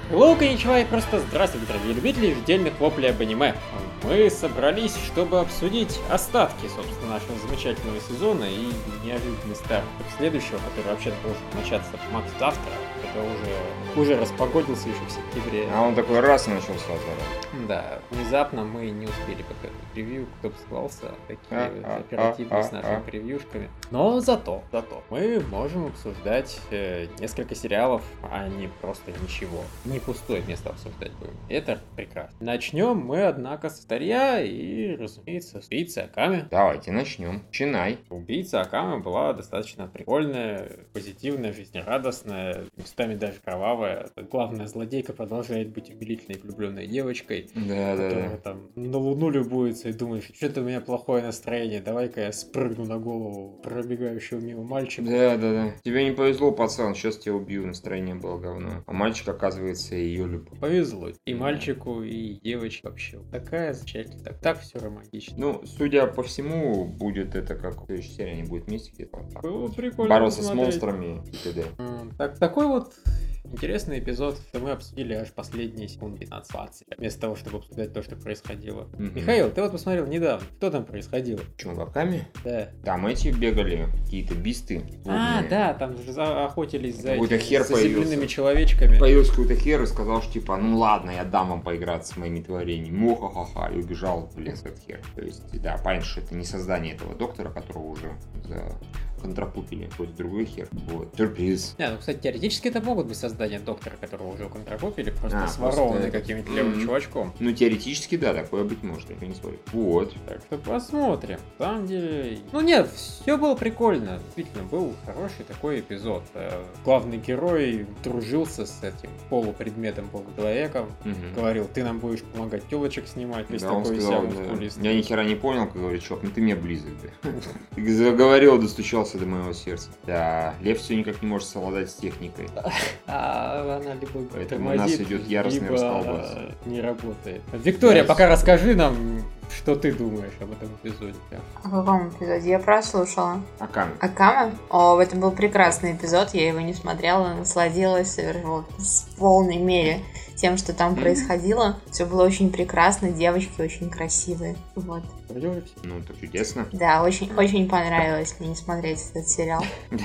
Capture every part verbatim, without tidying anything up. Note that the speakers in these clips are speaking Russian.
Hello, коничева и просто здравствуйте, дорогие любители ежедельных воплей об аниме. Мы собрались, чтобы обсудить остатки, собственно, нашего замечательного сезона и неожиданный старт следующего, который вообще должен начаться макс завтра. Это уже, уже распогодился еще в сентябре. А он такой раз начался сразу. Да, внезапно мы не успели подготовить превью, кто бы сказался, такие А, оперативные а, с нашими а. превьюшками. Но зато, зато мы можем обсуждать э, несколько сериалов, а не просто ничего. Не пустое место обсуждать будем. Это прекрасно. Начнем мы, однако, с старья и, разумеется, с убийцы Акаме. Давайте начнем. Чинай. Убийца Акаме была достаточно прикольная, позитивная, жизнерадостная, местами даже кровавая. Главная злодейка продолжает быть умилительной влюбленной девочкой, Да, да, которая да. там на луну любуется и думает, что-то у меня плохое настроение, давай-ка я спрыгну на голову пробегающего мимо мальчика. Да, да, да. Тебе не повезло, пацан, сейчас тебя убью, настроение было говно. А мальчик, оказывается, ее любит. Повезло и мальчику, и девочке вообще. Такая замечательная, так, так все романтично. Ну, судя по всему, будет это как в следующей серии, они будут вместе где-то вот так. Было прикольно Бороться с посмотреть. монстрами и т.д. М, Так, такой вот интересный эпизод, что мы обсудили аж последние секунды пятнадцать-двадцать, вместо того, чтобы обсуждать то, что происходило. Мгм. Михаил, ты вот посмотрел недавно, что там происходило? Чуваками? Да. Там эти бегали, какие-то бисты. А, злобные. да, там же за- охотились за Какой-то этими хер заземленными появился. человечками. Появился какой-то хер и сказал, что типа, ну ладно, я дам вам поиграться с моими творениями. Муха-ха-ха. И убежал в лес этот хер. То есть, да, понятно, что это не создание этого доктора, которого уже за... контрапупили. Какой-то другой хер. Вот. Сюрприз. Не, ну, кстати, теоретически это могут быть создания доктора, которого уже контрапупили, просто А, сворованы просто- каким-нибудь левым Мгм. чувачком. Ну, теоретически, да, такое быть может, я не спорю. Вот. Так что посмотрим. На самом деле... Ну нет, все было прикольно. Действительно, был хороший такой эпизод. Э, Главный герой дружился с этим полупредметом, получеловеком. Мгм. Говорил, ты нам будешь помогать телочек снимать, весь Да, он такой сказал, вся да. мускулистый. Я ни хера не понял, как говорит, чувак, ну ты мне близок, да. Ты заговорил, достучался до моего сердца. Да, Лев все никак не может совладать с техникой. А она либо Поэтому у тормозит, нас идет яростный либо расколбас. э, не работает. Виктория, Да, пока с- расскажи нам, что ты думаешь об этом эпизоде. О каком эпизоде? Я прослушала. Акаме. Акама? О, это был прекрасный эпизод, я его не смотрела, насладилась совершенно в полной мере тем, что там Мгм. происходило. Все было очень прекрасно, девочки очень красивые. Вот. Вроде уже всё. Ну, так чудесно. Да, очень, очень понравилось мне смотреть этот сериал.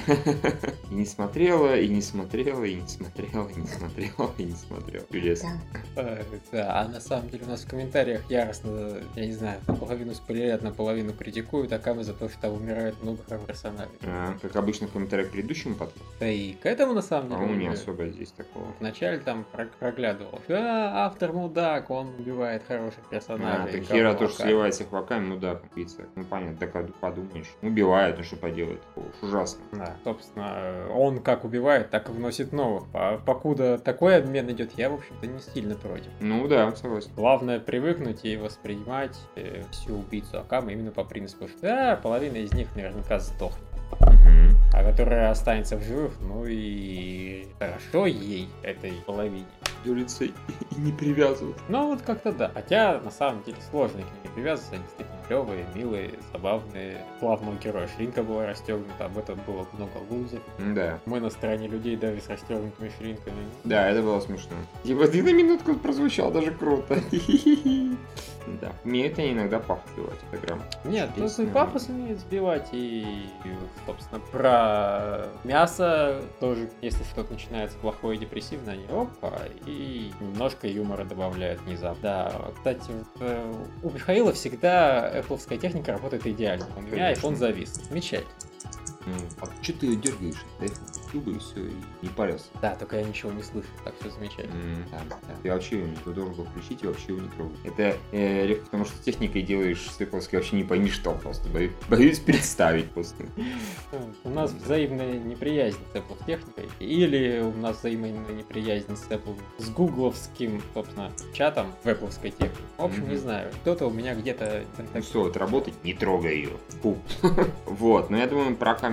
И не смотрела, и не смотрела, и не смотрела, и не смотрела, и не смотрела. Чудесно. Да. Э, Да, а на самом деле у нас в комментариях яростно, я не знаю, наполовину спойлерят, наполовину критикуют Акаме за то, что там умирает много хороших персонажей. А, как обычно в комментариях к предыдущему подкасту, Да и к этому на самом деле по-моему, не уже особо здесь такого. вначале там про- проглядывал, а, автор мудак, он убивает хороших А, персонажей. так Хера кого тоже Акаме. сливает всех ваками, ну да, пицца. Ну понятно, так а подумаешь. Убивают, ну что поделать, такого уж ужасно. Да, собственно, он как убивает, так и вносит новых. А покуда такой обмен идет, я, в общем-то, не сильно против. Ну да, согласен. Главное привыкнуть и воспринимать э, всю убийцу Акаме именно по принципу, что да, половина из них наверняка сдохнет. Мгм. А которая останется в живых, ну и хорошо ей, этой половине. Делиться и не привязываться. Ну вот как-то да. Хотя на самом деле сложно к ним привязываться, они действительно клевые, милые, забавные. Главного героя Шринка была расстегнута, об этом было много лузов. Да. Мы на стороне людей даже с расстегнутыми шринками. Да, это было смешно. Типа ты на минутку прозвучал даже круто. Да. Умеют они иногда пафос сбивать, это грамм. Нет, тут и Чудесно. пафос умеет сбивать, и, собственно, про мясо тоже, если что-то начинается плохое и депрессивное, они опа, и немножко юмора добавляют внезапно. Да, кстати, вот, э, у Михаила всегда Apple-овская техника работает идеально. У меня Конечно. iPhone завис. Замечательно. Ну, а что ты ее дергаешь? Да, тюбы и все, и не парился. Да, только я ничего не слышу, так все замечательно. М, да, да. Ты вообще его не ты должен был включить и вообще его не трогать. Это э, Лев, потому что техникой делаешь с Apple-овской вообще не пойми что просто. Боюсь, боюсь представить просто. У нас взаимная неприязнь с Apple техникой, или у нас взаимная неприязнь с Apple, с гугловским, собственно, чатом в Apple-овской технике. В общем, Мгм. не знаю, кто-то у меня где-то... Ну что, это работает? Не трогай ее. Фу. Вот, но я думаю, про Акаме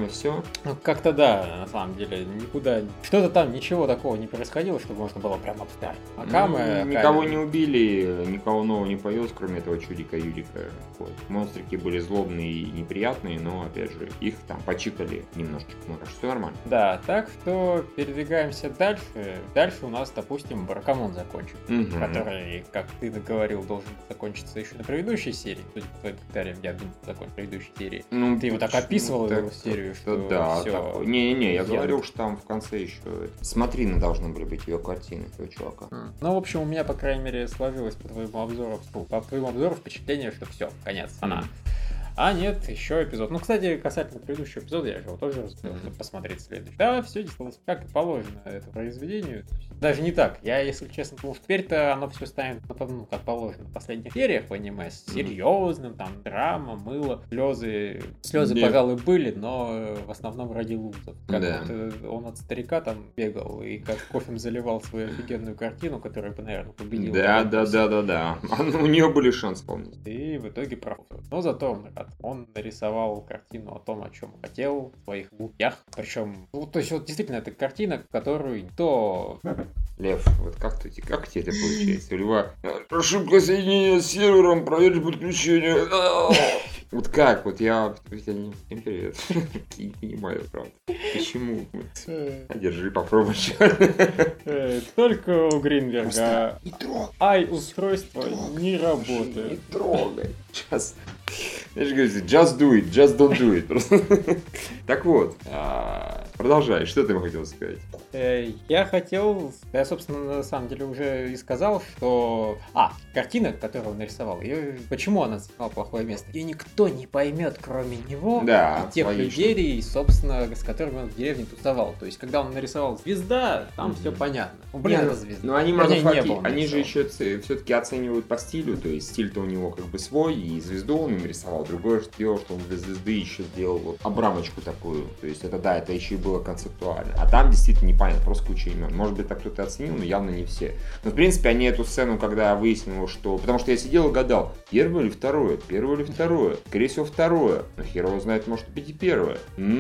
Акаме все. Ну, как-то да, на самом деле, никуда... Что-то там, ничего такого не происходило, чтобы можно было прям обставить. Акаме... Ну, никого не убили, никого нового не появилось, кроме этого чудика-юдика. Вот. Монстрики были злобные и неприятные, но, опять же, их там почикали немножечко. Ну, так что все нормально. Да, так что передвигаемся дальше. Дальше у нас, допустим, Баракамон закончен, Мгм. который, как ты говорил, должен закончиться еще на предыдущей серии. Судя по твоим комментариям, я думаю, закончится предыдущей серии. Ну, Ты его так почему описывал, так? его серию, Да, что да, всё. такой. Не-не-не, я Я- говорил, что там в конце еще смотрины должны были быть ее картины, этого чувака. М. Ну, в общем, у меня, по крайней мере, сложилось по твоему обзору, фу, по твоему обзору впечатление, что все, конец, она. Мгм. А нет, еще эпизод. Ну, кстати, касательно предыдущего эпизода, я же его тоже разбил, чтобы посмотреть следующий. Да, все действовалось как и положено этому произведению. То есть, даже не так. Я, если честно, думал, что теперь-то оно все станет, ну, как положено в последних сериях в аниме, с серьезным, там, драма, мыло, слезы. Слезы, Да. пожалуй, были, но э, в основном ради лузов. Как Да. вот, э, он от старика там бегал и как кофем заливал свою офигенную картину, которая бы, наверное, победила. Да, в да, конкурсе. да, да, да. У нее были шансы вполне. И в итоге прав. Но зато он рад. Он нарисовал картину о том, о чем хотел, в своих буквах. Причем, ну, то есть, вот действительно, это картина, которую никто... Лев, вот как, ты, как тебе это получается? У Льва ошибка соединения с сервером, проверить подключение. Вот как? Вот я... я не... Всем привет. Не понимаю, правда. Почему? А, держи, попробуй. Э, Только у Гринберга Не трогай, ай-устройство не не работает. трогай. Сейчас. Я же говорю, just do it, just don't do it. Просто. Так вот, а, продолжай, что ты хотел сказать? Э, Я хотел, я, собственно, на самом деле уже и сказал, что... А, картина, которую он нарисовал, её- почему она заняла плохое место? Ее никто не поймет, кроме него Да, и тех логично. людей, собственно, с которыми он в деревне тусовал. То есть, когда он нарисовал звезда, там Мгм. все понятно. Ну, блин, Не, это ну- звезда. Ну, они, Вернее, мазафаки, небо он они же нарисовал. еще все-таки оценивают по стилю, то есть стиль-то у него как бы свой, и звезду он им рисовал. Другое дело, что он для звезды еще сделал вот обрамочку такую. То есть это да, это еще и было концептуально. А там действительно непонятно, просто куча имен. Может быть, так кто-то оценил, но явно не все. Но в принципе они эту сцену, когда выяснилось, что... Потому что я сидел и гадал, первое или второе, первое или второе, скорее всего второе. Но хер его знает, может быть и первое.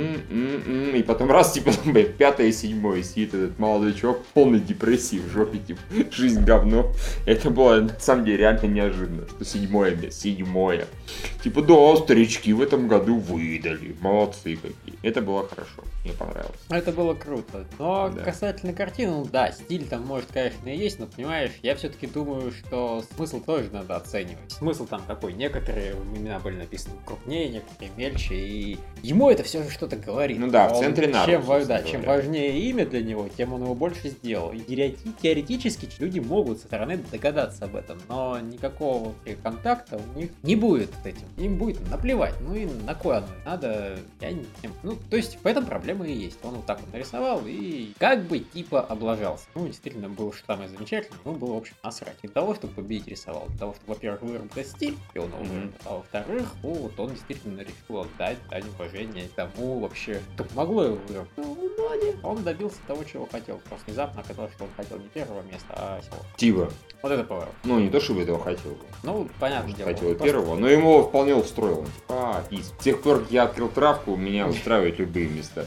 М-м-м. И потом раз, типа, там, блядь, пятое и седьмое сидит этот молодой чувак, полный депрессии в жопе, типа, жизнь говно. Это было, на самом деле, реально неожиданно, что седьмое место, седьмое. Типа, да, старички в этом году выдали, молодцы какие. Это было хорошо, мне понравилось. Это было круто. Но Да. касательно картины, ну да, стиль там может, конечно, и есть, но понимаешь, я все-таки думаю, что смысл тоже надо оценивать. Смысл там какой? Некоторые имена были написаны крупнее, некоторые мельче, и ему это все же что-то говорит. Ну да, в Он- центре Наруто, чем, ва- да, собственно чем говоря. важнее имя для него, тем он его больше сделал. И теорети- теоретически люди могут со стороны догадаться об этом, но никакого контакта у них не будет с этим. Им будет наплевать, ну и на кой оно надо, я не знаю. Ну, то есть, в этом проблема и есть. Он вот так вот нарисовал и как бы типа облажался. Ну, действительно, было что самое замечательное, ну, было, в общем, насрать. Не для того, чтобы победить рисовал, для того, чтобы, во-первых, выработать стиль, и он его Мгм. выработал, а во-вторых, ну, вот он действительно решил отдать дань уважения тому вообще, кто могло его выработать. Ну, но нет, он добился того, чего хотел. Просто внезапно оказалось, что он хотел не первого места, а седьмого. Типа, Вот это поворот. ну не то, чтобы этого хотел. Ну, понятно. Может, дело, хотел он и просто- первого, но ему вполне устроил. Он типа, а, пиз. С тех пор, как я открыл травку, меня устраивают любые места.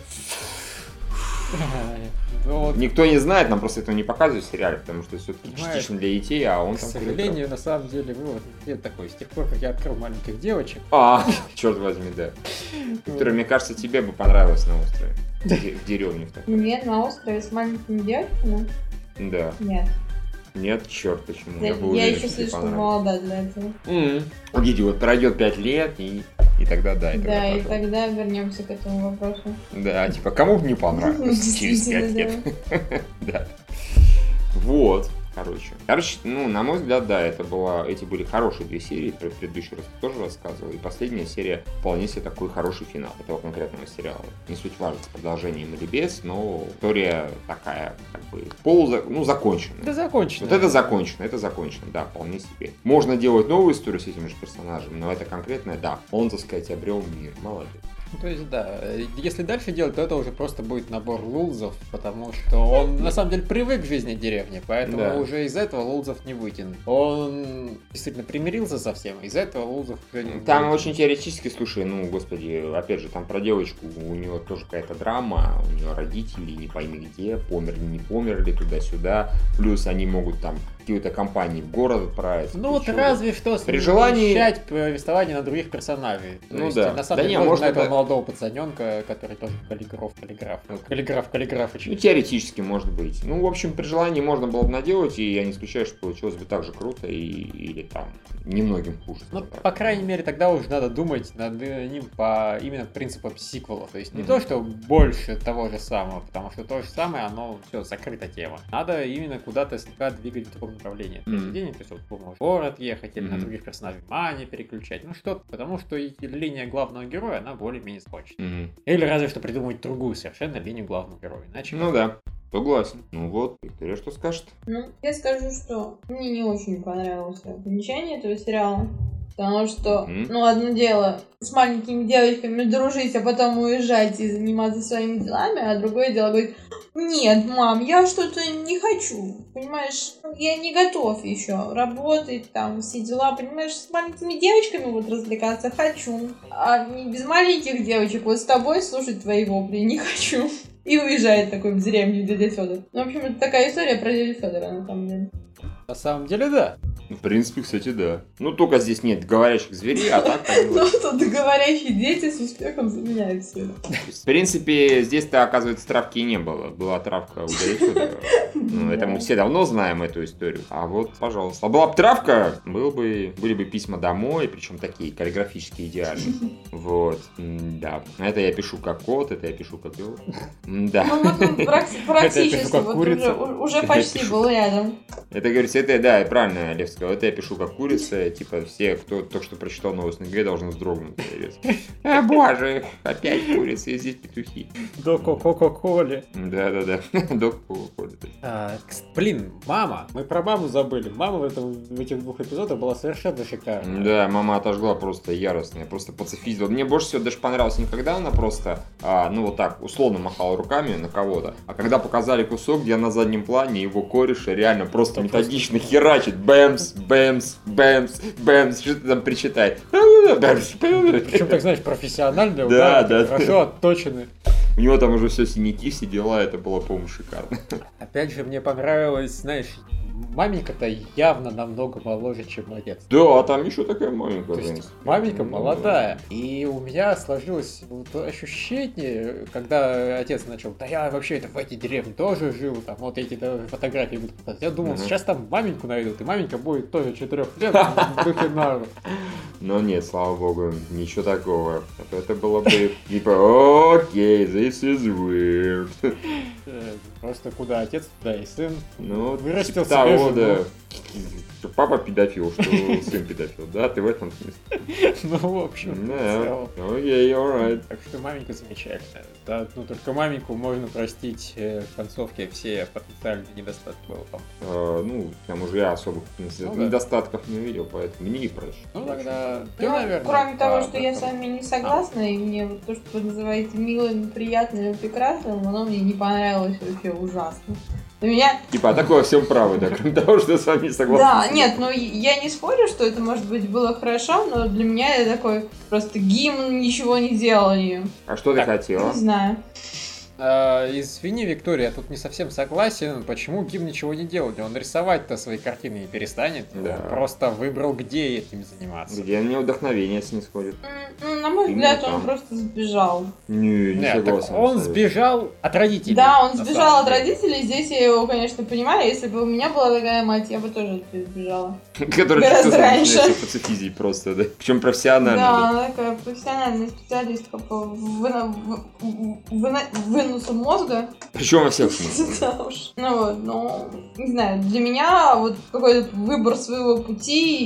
Ну, вот, Никто не знает, нам просто этого не показывают в сериале, потому что все-таки Понимаешь, частично для детей, а он к там... сожалению, на самом деле, вывод нет такой. С тех пор, как я открыл маленьких девочек, А, черт возьми, да. Виктор, мне кажется, тебе бы понравилось на острове. В де- В деревне. в такой. Мне на острове с маленькими девочками? Да. Нет. Нет, черт, почему? Я, был я уверен, еще что тебе слишком понравилось. молода для этого. М. Видите, вот пройдет пять лет, и, и тогда да, и тогда Да, и пожалуйста. тогда вернемся к этому вопросу. Да, типа, кому бы не понравилось через пять Действительно, лет. Да. Вот. Короче. Короче, ну, на мой взгляд, да, это была, эти были хорошие две серии, про предыдущий раз я тоже рассказывал, и последняя серия вполне себе такой хороший финал этого конкретного сериала. Не суть важно, с продолжением или без, но история такая, как бы, полуза... ну, законченная. да закончено. Вот это закончено, это закончено, да, вполне себе. Можно делать новую историю с этим же персонажем, но это конкретное, да, он, так сказать, обрел мир, молодец. Ну, то есть, да, если дальше делать, то это уже просто будет набор лулзов, потому что он, на самом деле, привык к жизни деревни, поэтому Да. уже из этого лулзов не вытянут. Он действительно примирился со всем, из этого лулзов уже не Там вытянут. очень теоретически, слушай, ну, господи, опять же, там про девочку, у нее тоже какая-то драма, у нее родители, не пойми где, померли, не померли, туда-сюда, плюс они могут там какие-то компании в город отправить. Ну вот еще разве что При желании- смещать повествование на других персонажей. То Ну есть, да. на самом Да деле, не, можно может, на этого это- молодого пацаненка, который тоже каллиграф, каллиграф. Каллиграф, каллиграфыч. Ну, теоретически, может быть. Ну, в общем, при желании можно было бы наделать, и я не исключаю, что получилось бы так же круто, и, или там немногим хуже. Ну, скажем так. по крайней мере, тогда уже надо думать над ним по именно принципам сиквела. То есть не Мгм. то, что больше того же самого, потому что то же самое, оно все, закрыта тема. Надо именно куда-то слегка двигать в таком направлении. Мгм. Произведение, то есть вот вы можете в город ехать, или на Мгм. других персонажей внимание переключать, ну что-то, потому что и линия главного героя, она более-менее скучная. Мгм. Или разве что придумать другую совершенно линию главного героя, иначе... Ну да, согласен. Ну вот, Виктория что скажет? Ну, я скажу, что мне не очень понравилось окончание этого сериала. Потому что, Мгм. ну, одно дело с маленькими девочками дружить, а потом уезжать и заниматься своими делами, а другое дело говорить: нет, мам, я что-то не хочу, понимаешь, я не готов еще работать, там, все дела, понимаешь, с маленькими девочками вот развлекаться хочу, а не без маленьких девочек, вот с тобой слушать твои вопли не хочу. И уезжает такой в деревню дядя Федор. Ну, в общем, это такая история про дядю Федора, на самом деле. На самом деле, да. В принципе, кстати, да. Ну, только здесь нет говорящих зверей, а так... как бы, Ну, тут говорящие дети с успехом заменяют все это. В принципе, здесь-то, оказывается, травки и не было. Была травка у дяди Фёдора. Ну, это мы все давно знаем эту историю. А вот, пожалуйста. А была бы травка, было бы, были бы письма домой, причем такие каллиграфически идеальные. Вот. М-да. Это я пишу как кот, это я пишу как ел. Да. Ну, вот тут практи- практически, как вот курица. уже, уже Это почти пишу. был рядом. Это, говорится, это, да, и правильно Лев сказал, это я пишу как курица, типа все, кто только что прочитал новость на ГЭ, должны вздрогнуть. А, боже, опять курица, и здесь петухи. До Кока-Коле. Да-да-да, док ходит. А, кс- блин, мама, мы про маму забыли. Мама в, этом, в этих двух эпизодах была совершенно шикарная. Да, мама отожгла просто яростная, просто пацифизила. Мне больше всего даже понравилось не когда она просто, а, ну вот так, условно махала руками на кого-то, а когда показали кусок, где на заднем плане его кореша реально просто Да методично херачит. Бэмс, бэмс, бэмс, бэмс, что-то там причитает. Бэмс, бэмс. Причем, так знаешь, профессиональные Да, удары, да. хорошо отточены. У него там уже все синяки, все дела, это было, по-моему, шикарно. Опять же, мне понравилось, знаешь, маменька-то явно намного моложе, чем отец. Да, а там еще такая маленькая. То есть женщина. маменька Ну, молодая. И у меня сложилось вот ощущение, когда отец начал: да я вообще это в этой деревне тоже жил, там вот эти да, фотографии будут показывать. Я думал, Мгм. сейчас там маменьку найдут, и маменька будет тоже четырех лет в духе Нару. Но нет, слава богу, ничего такого. А то это было бы типа, окей, this is weird. Э, Просто куда отец, туда и сын. Ну, Вырастил типа себе того, да. жену. Что папа педофил, что сын педофил, да, ты в этом смысле. Ну, в общем, в Да, целом. окей, alright. Так что маменька замечательная. Да, ну только маменьку можно простить э, в концовке все потенциальные недостатки было там. А, ну, там уже я особых Ну да. недостатков не увидел, поэтому мне не проще. Ну тогда ты, Ну, наверное. кроме того, по- что я с вами не согласна, и мне вот то, что вы называете милым, приятным и прекрасным, оно мне не понравилось вообще ужасно. У меня... Типа, а такое во всем правы, да, кроме того, что я с вами не согласен. Да, нет, ну я не спорю, что это, может быть, было хорошо, но для меня это такой просто гимн, ничего не делали. А что ты Так. хотела? Не знаю. А, извини, Виктория, я тут не совсем согласен. Почему Гим ничего не делал? Он рисовать-то свои картины не перестанет. Да. Он просто выбрал, где этим заниматься. Где мне вдохновение снисходит? М, Ну, на мой Именно взгляд, он там. просто сбежал. Не, не Нет, так согласен. он абсолютно. сбежал от родителей. Да, он на сбежал от самом деле. родителей, здесь я его, конечно, понимаю. Если бы у меня была такая мать, я бы тоже оттуда сбежала. Который Гораздо чисто раньше. занимается пацифизией просто, да. Причем профессионально. Да, она такая профессиональная специалистка по выно- вы- выно- выносу мозга. Причем во всех смыслах. Да уж. Ну вот, ну, не знаю, для меня вот какой-то выбор своего пути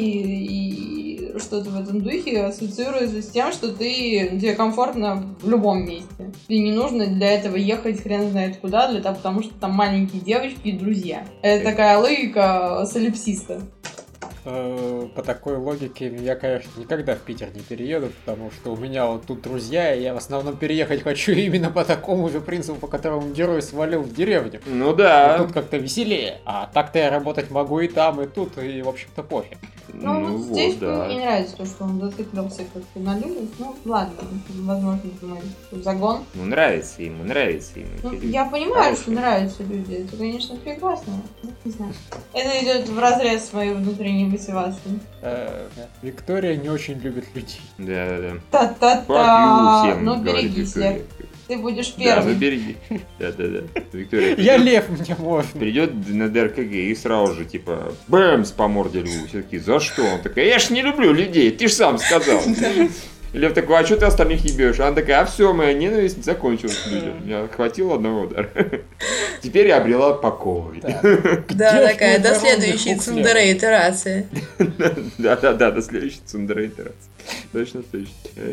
и, и что-то в этом духе ассоциируется с тем, что ты, тебе комфортно в любом месте. И не нужно для этого ехать хрен знает куда, для того, потому что там маленькие девочки и друзья. Это такая логика солипсиста. э, по такой логике я, конечно, никогда в Питер не перееду, потому что у меня вот тут друзья, и я в основном переехать хочу именно по такому же принципу, по которому герой свалил в деревню. Ну да. Вот тут как-то веселее. А так-то я работать могу и там, и тут, и, в общем-то, пофиг. Ну, Ну, вот здесь вот, да. мне не нравится то, что он зациклился как-то на людях. Ну, ладно, возможно, это загон. Ну, нравится ему, нравится ему. Ну, эти люди. я понимаю, Хорошие. что нравятся люди. Это, конечно, прекрасно. Ну, не знаю. Это идет в разрез с моей внутренней мотивацией. Э, Виктория не очень любит людей. Да-да-да. Та-та-та. Fuck you всем, Ну, говорит берегись, Виктория. Лев. Ты будешь Да, первым. ну береги. Да-да-да. Виктория Я лев, мне можно. придет на ДРКГ и сразу же, типа, бэмс по морде льву. Все такие, за что? Он такой, я ж не люблю людей, ты ж сам сказал. Лев такой, а что ты остальных не бьешь? Она такая, а все, моя ненависть закончилась к людям. Меня хватило одного удара. Теперь я обрела покой. Да, Где ж такая, мой до коронный следующей хук цундеры итерации. Да-да-да, до следующей цундеры итерации. Точно, точно.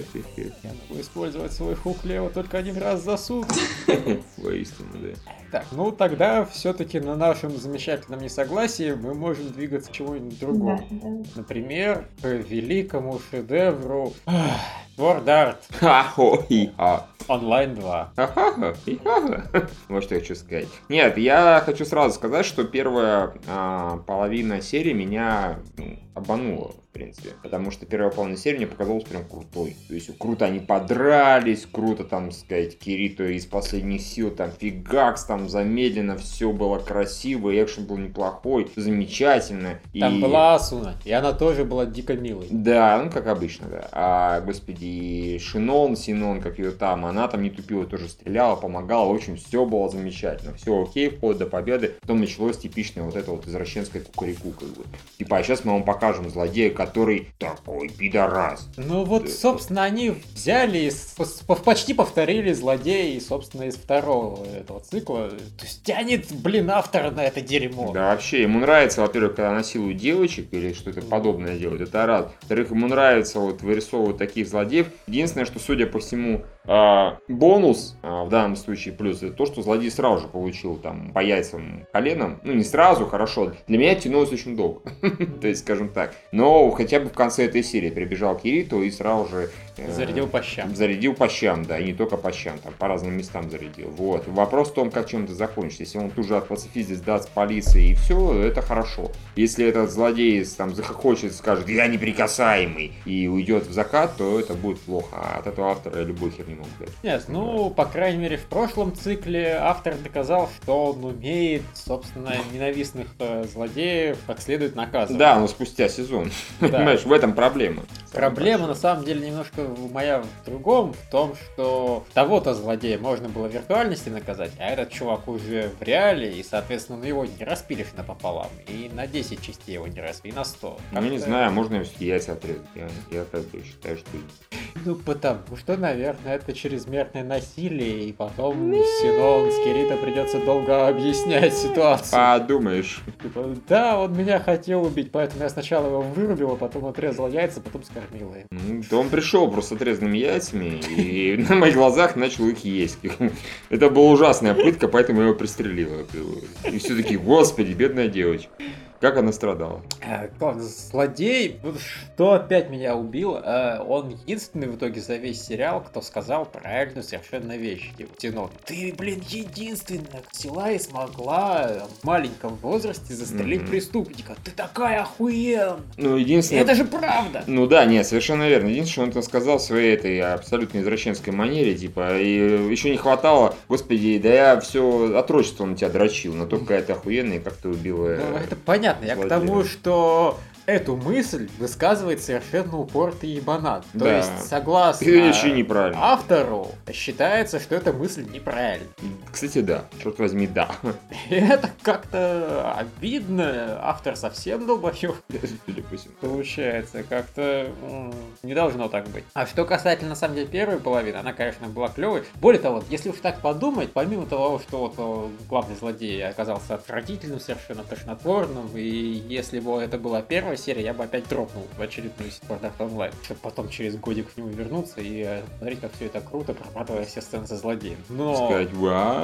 Я могу использовать свой хук лево только один раз за сутки. Воистину, да. Так, ну тогда все-таки на нашем замечательном несогласии мы можем двигаться к чему-нибудь другому. Да, да. Например, к великому шедевру Sword Art Ха-хо-хи-ха. Online два. Ха-ха-ха. Хи-ха-ха. Вот что я хочу сказать. Нет, я хочу сразу сказать, что первая а, половина серии меня ну, обманула, в принципе. Потому что первая половина серии мне показалась прям крутой. То есть круто они подрались, круто там, сказать, Кирито из последних сил, там фигакс, там замедленно, все было красиво, экшен был неплохой, замечательно. Там и... была Асуна, и она тоже была дико милой. Да, ну как обычно, да. А, господи, Шинон, Синон, как ее там, она там не тупила, тоже стреляла, помогала. В общем, все было замечательно. Все окей, вплоть до победы. Потом началось типичное вот это вот извращенское кукареку, как бы. Типа, а сейчас мы вам покажем злодея, который такой пидорас. Ну вот, собственно, они взяли и с- по- почти повторили злодея, собственно, из второго этого цикла. То есть тянет, блин, автора на это дерьмо. Да, вообще, ему нравится, во-первых, когда насилуют девочек или что-то подобное делают, это раз. Во-вторых, ему нравится вот вырисовывать таких злодеев. Единственное, что, судя по всему, а, бонус а, в данном случае плюс, это то, что злодей сразу же получил там по яйцам коленом. Ну, не сразу, хорошо. Для меня тянулось очень долго. То есть, скажем так. Но хотя бы в конце этой серии прибежал Кирито и сразу же... э, Зарядил по щам. Зарядил по щам, да, и не только по щам, там по разным местам зарядил. Вот. Вопрос в том, как чем это закончится. Если он тут же от пацифизма сдаст полиции и все, это хорошо. Если этот злодей там захохочет, скажет, я неприкасаемый, и уйдет в закат, то это будет плохо. А от этого автора я любой херни могу сказать. Нет, ну, по крайней мере, в прошлом цикле автор доказал, что он умеет, собственно, ненавистных э, злодеев как следует наказывать. Да, но спустя сезон. Да. Понимаешь, в этом проблема. Проблема, на самом деле, немножко моя в другом, в том, что того-то злодея можно было в виртуальности наказать, а этот чувак уже в реале, и, соответственно, ну, его не распилишь напополам, и на десять частей его не распи, и на сто. Ну, я не Как-то- знаю, можно все яйца отрезать. Я, я как бы считаю, что... Ну, потому что, наверное, это чрезмерное насилие, и потом Синон с Кирито придется долго объяснять ситуацию. Подумаешь. Типа, да, он меня хотел убить, поэтому я сначала его вырубил, а потом отрезал яйца, потом скормил им. Ну, то он пришел просто с отрезанными яйцами и на моих глазах начал их есть. Это была ужасная пытка, поэтому я его пристрелил. И все таки господи, бедная девочка. Как она страдала? А, главное, злодей, вот что опять меня убил, а, он единственный в итоге за весь сериал, кто сказал правильную совершенно вещь. Типа, Синон, ты, блин, единственная взяла и смогла в маленьком возрасте застрелить Мгм. преступника. Ты такая охуенная! Ну, единственное... Это же правда! Ну да, нет, совершенно верно. Единственное, что он это сказал в своей этой абсолютно извращенской манере, типа, и еще не хватало, господи, да я все отрочество на тебя дрочил, но только какая ты охуенная, и как ты убила... Ну, это понятно, я к злодея. тому, что эту мысль высказывает совершенно упортый ебанат. То Да. есть, согласно Это еще неправильно. автору, считается, что эта мысль неправильна. Кстати, да, черт возьми, да. И это как-то обидно. Автор совсем долбоёб Судя по всему. получается. Как-то м, не должно так быть. А что касательно, на самом деле, первой половины, она, конечно, была клевой. Более того, если уж так подумать, помимо того, что вот э, главный злодей оказался отвратительным, совершенно тошнотворным, и если бы это была первая серия, я бы опять дропнул в очередную Sword Art Online, чтобы потом через годик к нему вернуться и э, смотреть, как все это круто, прорабатывая все сцены со злодеем. Но... Сказать, вау.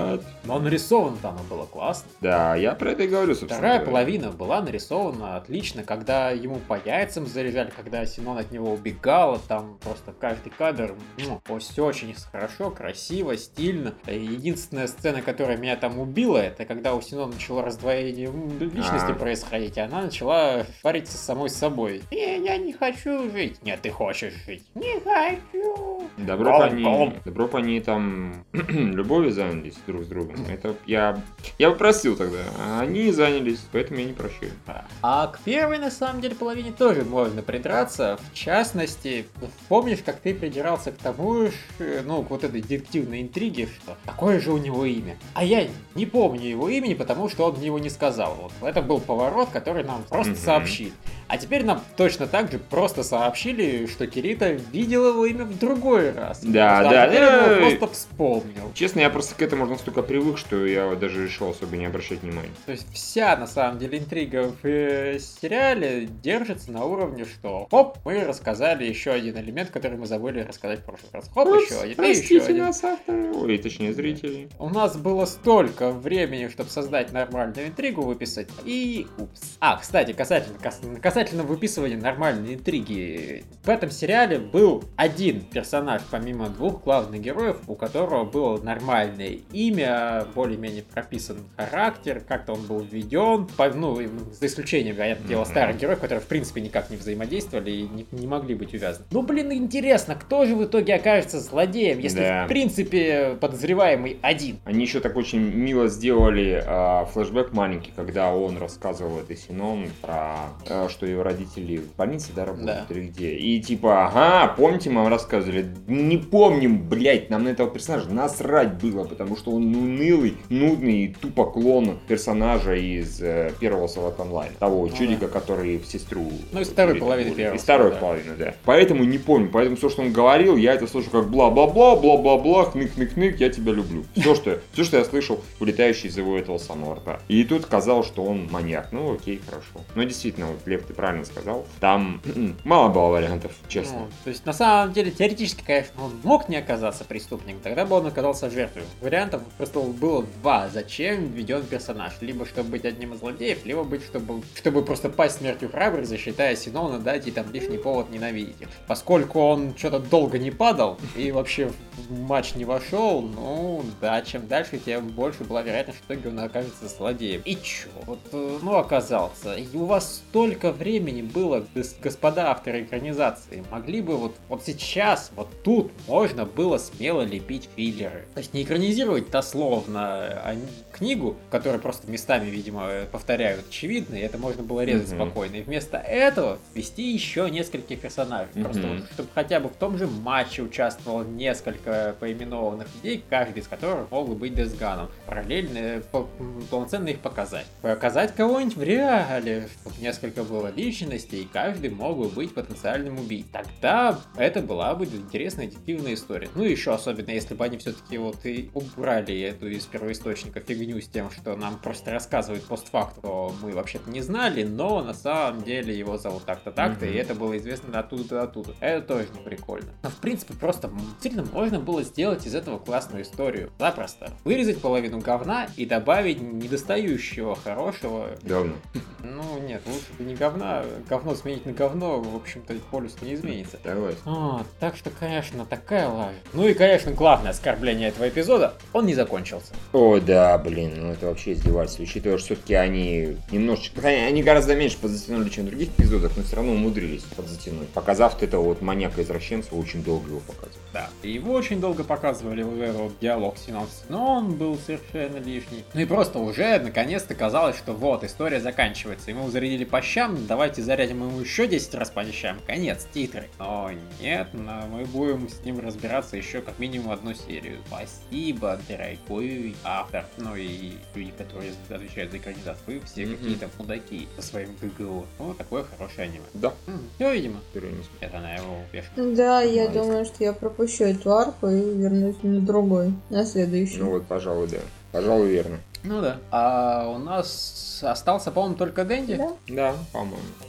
What? Но нарисовано там было классно. Да, я про это и говорю, собственно. Вторая говоря. половина была нарисована отлично, когда ему по яйцам заряжали, когда Синон от него убегала, там просто каждый кадр, ну, все очень хорошо, красиво, стильно. Единственная сцена, которая меня там убила, это когда у Синон начало раздвоение личности А. происходить, и она начала париться с самой собой. «Не, я не хочу жить». «Нет, ты хочешь жить». «Не хочу». Добро Гол, бы они, гол. добро бы они там любовью занялись друг с другом. Это я, я бы простил тогда. А они занялись, поэтому я не прощаю. А к первой, на самом деле, половине тоже можно придраться. В частности, помнишь, как ты придирался к тому, ш- ну, к вот этой детективной интриге, что такое же у него имя. А я не помню его имени, потому что он мне его не сказал. Вот это был поворот, который нам просто Мгм. сообщили. А теперь нам точно так же просто сообщили, что Кирита видел его имя в другой раз. Да, Потому что да, теперь он да. его просто вспомнил. Честно, я просто к этому настолько привык, что я даже решил особо не обращать внимания. То есть вся, на самом деле, интрига в э, сериале держится на уровне, что хоп, мы рассказали еще один элемент, который мы забыли рассказать в прошлый раз. Хоп, еще один, и еще Простите один. нас, авторы. Ой, точнее, зрителей. У нас было столько времени, чтобы создать нормальную интригу, выписать, и упс. А, кстати, касательно, кас- касательно выписывания нормальной интриги. В этом сериале был один персонаж, помимо двух главных героев, у которого было нормальное имя, более-менее прописан характер, как-то он был введен, по- ну, и за исключением, понятное дело, Мгм. старых героев, которые в принципе никак не взаимодействовали и не, не могли быть увязаны. Ну, блин, интересно, кто же в итоге окажется злодеем, если Да. в принципе подозреваемый один? Они еще так очень мило сделали а, флешбэк маленький, когда он рассказывал этой Синон про, а, что его родители в больнице, да, работают, Да. или где. И типа, ага, помните, мы вам рассказывали? Не помним, блять, нам на этого персонажа насрать было, потому что он унылый, нудный, и тупо клон персонажа из э, первого Sword Art Online. Того Ну чудика, который в сестру... Ну, из второй Кирита половины был. первого, Из второй да. половины, да. Поэтому не помню. Поэтому все, что он говорил, я это слышу как бла-бла-бла, бла-бла-бла, хнык-хнык-хнык, я тебя люблю. Все, что, все, что я слышал, вылетающий из его этого самого рта. И тут казалось, что он маньяк. Ну, окей, хорошо. Но действительно, вот, Лев, ты правильно сказал. Там мало было вариантов, честно. Ну, то есть, на самом деле, теоретически, конечно, он мог не оказаться преступником, тогда бы он оказался жертвой. Вариантов просто было два. Зачем введен персонаж? Либо чтобы быть одним из злодеев, либо быть, чтобы, чтобы просто пасть смертью храбрых, засчитая Синона, дать и там лишний повод ненавидеть их. Поскольку он что-то долго не падал и вообще в матч не вошел, ну да, чем дальше, тем больше была вероятность, что в итоге он окажется злодеем. И чё? Вот, э, ну, оказался. И у вас столько времени было, гос- господа авторы экранизации. Могли бы вот, вот сейчас, вот тут можно было смело лепить филлеры. То есть не экранизировать дословно а, книгу, которую просто местами, видимо, повторяют очевидно, и это можно было резать Мгм. спокойно. И вместо этого ввести еще нескольких персонажей. Просто Мгм. вот, чтобы хотя бы в том же матче участвовало несколько поименованных людей, каждый из которых мог бы быть Десганом. Параллельно, э, по- м, полноценно их показать. Показать кого-нибудь в реале, чтобы несколько было личностей, и каждый мог бы быть потенциальным убийцей. Тогда это была бы интересная детективная история. Ну и еще особенно, если бы они все-таки вот и убрали эту из первоисточника фигню с тем, что нам просто рассказывают постфактум, что мы вообще-то не знали, но на самом деле его зовут так-то, так-то, Мгм. и это было известно оттуда-то, оттуда. Это тоже не прикольно. Но в принципе просто действительно можно было сделать из этого классную историю. Запросто. Вырезать половину говна и добавить недостающего хорошего. Давно. Ну нет, лучше бы не говна. Говно сменить на говно, в общем-то, полюс не изменится. Давай. А, так что, конечно, такая лажа. Ну и, конечно, главное оскорбление этого эпизода, он не закончился. О, да, блин, ну это вообще издевательство. Учитывая, что все-таки они немножечко... Они, они гораздо меньше подзатянули, чем в других эпизодах, но все равно умудрились подзатянуть. Показав вот этого вот маньяка-извращенца, очень долго его показывать. Да. И его очень долго показывали, вот этот вот диалог Синон, но он был совершенно лишний. Ну и просто уже, наконец-то, казалось, что вот, история заканчивается. Ему зарядили по щам, давайте зарядим ему еще десять раз по щам. Конец, титры. Но нет, но мы будем с ним разбираться еще как минимум одну серию. Спасибо, дорогой автор. Ну и люди, которые отвечают за экранизацию. Вы все Мгм. какие-то мудаки со своим ГГО. Ну, такое хорошее аниме. Да. Все, видимо. Который не смотрел. Это на его пешку. Да, я Нормально. думаю, что я пропущу эту арку и вернусь на другой, на следующий. Ну вот, пожалуй, да. Пожалуй, верно. Ну да. А у нас остался, по-моему, только Дэнди. Да. Да, по-моему.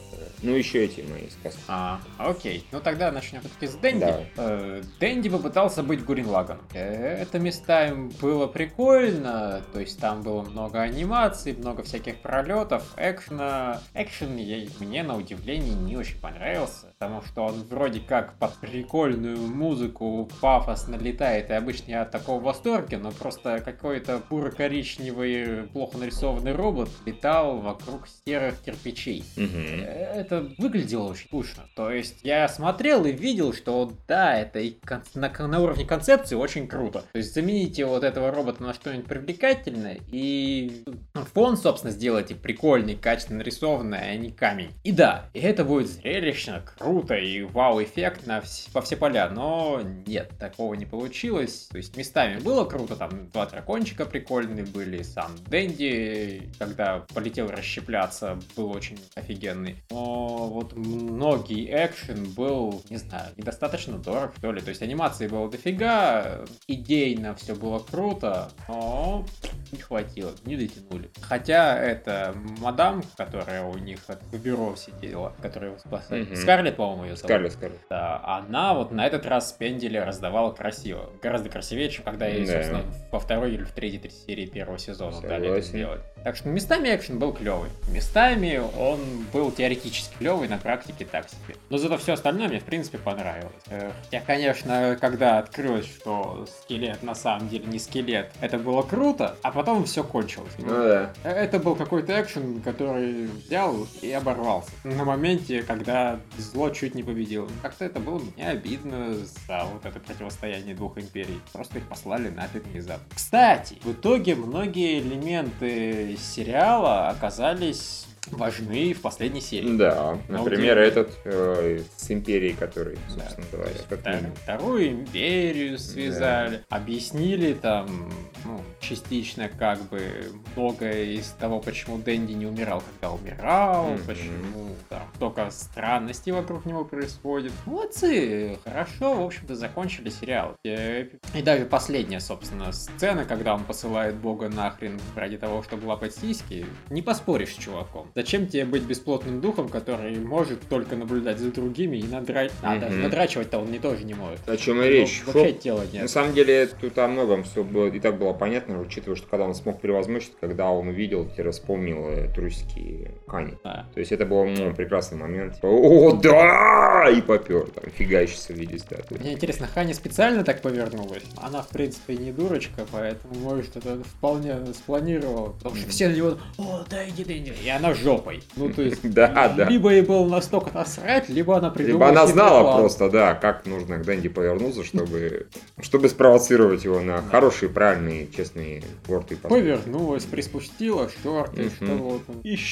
Ну, еще эти мои сказки. А, окей. Ну тогда начнем все-таки с Дэнди. Да. Э, Дэнди попытался быть Гуррен Лаганом. Это местами было прикольно, то есть там было много анимаций, много всяких пролетов, экшена. Экшен я- мне на удивление не очень понравился, потому что он вроде как под прикольную музыку пафосно летает, и обычно я от такого в восторге, но просто какой-то буро-коричневый, плохо нарисованный робот летал вокруг серых кирпичей. Мгм. Это выглядело очень скучно. То есть я смотрел и видел, что да, это и кон- на, на уровне концепции очень круто. То есть замените вот этого робота на что-нибудь привлекательное и фон, собственно, сделайте прикольный, качественно нарисованный, а не камень. И да, и это будет зрелищно, круто и вау-эффект на вс- по все поля, но нет, такого не получилось. То есть местами было круто, там два дракончика прикольные были, сам Дэнди, когда полетел расщепляться, был очень офигенный. Но вот многие экшен был, не знаю, недостаточно дорог, что ли. То есть анимации было дофига, идейно все было круто, но не хватило, не дотянули. Хотя это мадам, которая у них от бюро сидела, которая спасает. Мгм. Скарлетт, по-моему, ее зовут. Скарлетт, Скарлетт. Да, она вот на этот раз пендели раздавала красиво. Гораздо красивее, чем когда ей, Да. собственно, во второй или в третьей серии первого сезона дали это Согласен. сделать. Так что местами экшен был клевый. Местами он был теоретически клевый, на практике так себе. Но зато все остальное мне, в принципе, понравилось. Э, Хотя, конечно, когда открылось, что скелет на самом деле не скелет, это было круто, а потом все кончилось. Ну да. Э, Это был какой-то экшен, который взял и оборвался. На моменте, когда зло чуть не победило. Как-то это было мне обидно за вот это противостояние двух империй. Просто их послали нафиг внезапно. Кстати, в итоге многие элементы сериала оказались важны в последней серии. Да, На например, удивление. этот э, с империей, который, Да, собственно то говоря, есть как втор- минимум. Вторую империю связали, объяснили там, ну, частично как бы многое из того, почему Дэнди не умирал, когда умирал, Мгм. почему там столько странностей вокруг него происходит. Молодцы, хорошо, в общем-то, закончили сериал. Э, И даже последняя, собственно, сцена, когда он посылает Бога нахрен ради того, чтобы лапать сиськи, не поспоришь с чуваком. Зачем тебе быть бесплотным духом, который может только наблюдать за другими и надрать... А, даже Мгм. надрачивать-то он не тоже не может. О чем У и него речь. Вообще Фо- тела На нет. самом деле, тут о многом все было и так было понятно, учитывая, что когда он смог превозмочь, когда он увидел, теперь вспомнил э, трусики Кани. Да. То есть это был ну, прекрасный момент. О, да! И попер, там, фигащийся в виде статуи. Мне интересно, Хани специально так повернулась? Она, в принципе, не дурочка, поэтому, может, это вполне спланировала. Потому что все на него, о, да иди, да иди. И она жопой. Ну, то есть, Да, да. либо ей было настолько насрать, либо она придумала Либо она хитрый знала план. просто, да, как нужно к Дэнди повернуться, чтобы, чтобы спровоцировать его на хорошие, правильные, честные, гордые поступки. Повернулась, приспустила шорты, Мгм. что вот.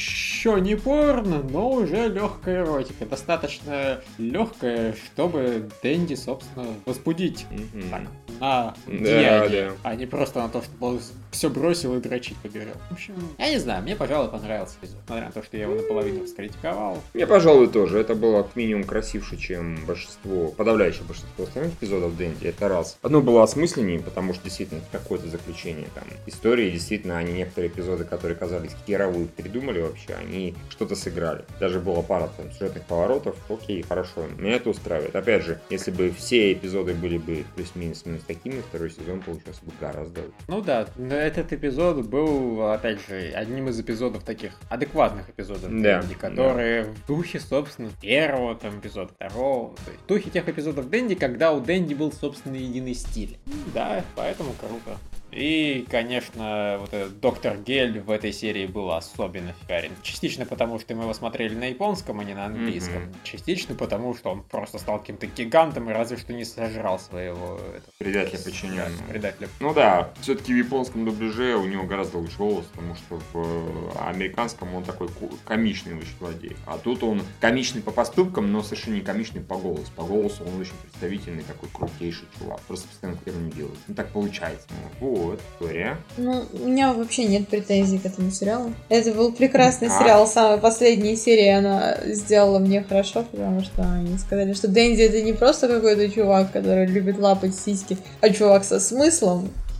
Еще не порно, но уже легкая эротика. Достаточно легкая, чтобы Дэнди, собственно, возбудить Мгм. так, на Да, деяние, да. а не просто на то, что все бросил и дрочить побежал. В общем, я не знаю, мне, пожалуй, понравился эпизод. Несмотря на то, что я его наполовину раскритиковал. Мне, пожалуй, тоже. Это было как минимум красивше, чем большинство, подавляющее большинство остальных эпизодов Дэнди. Это раз. Одно было осмысленнее, потому что действительно какое-то заключение там истории. Действительно, они некоторые эпизоды, которые казались херовые, придумали вообще, они что-то сыграли. Даже была пара там сюжетных поворотов. Окей, хорошо. Меня это устраивает. Опять же, если бы все эпизоды были бы плюс-минус минус такими, второй сезон получился бы гораздо лучше. Ну да, но этот эпизод был, опять же, одним из эпизодов таких адекватных эпизодов Да, Дэнди, которые в духе, собственно, первого там эпизода, второго. То есть в духе тех эпизодов Дэнди, когда у Дэнди был, собственно, единый стиль. Да, поэтому круто. И, конечно, вот этот доктор Гель в этой серии был особенно фигарен. Частично потому, что мы его смотрели на японском, а не на английском. Мгм. Частично потому, что он просто стал каким-то гигантом и разве что не сожрал своего этого, Предателя подчиненного. предателя. Ну да, все-таки в японском дубляже у него гораздо лучше голос, потому что в э, американском он такой ку- комичный очень владеет. А тут он комичный по поступкам, но совершенно не комичный по голосу. По голосу он очень представительный, такой крутейший чувак. Просто постоянно херню не делает. Ну так получается. Ну, вот, история. Ну, у меня вообще нет претензий к этому сериалу. Это был прекрасный А. сериал. Самая последняя серия, она сделала мне хорошо, потому что они сказали, что Дэнди это не просто какой-то чувак, который любит лапать сиськи, а чувак со смыслом.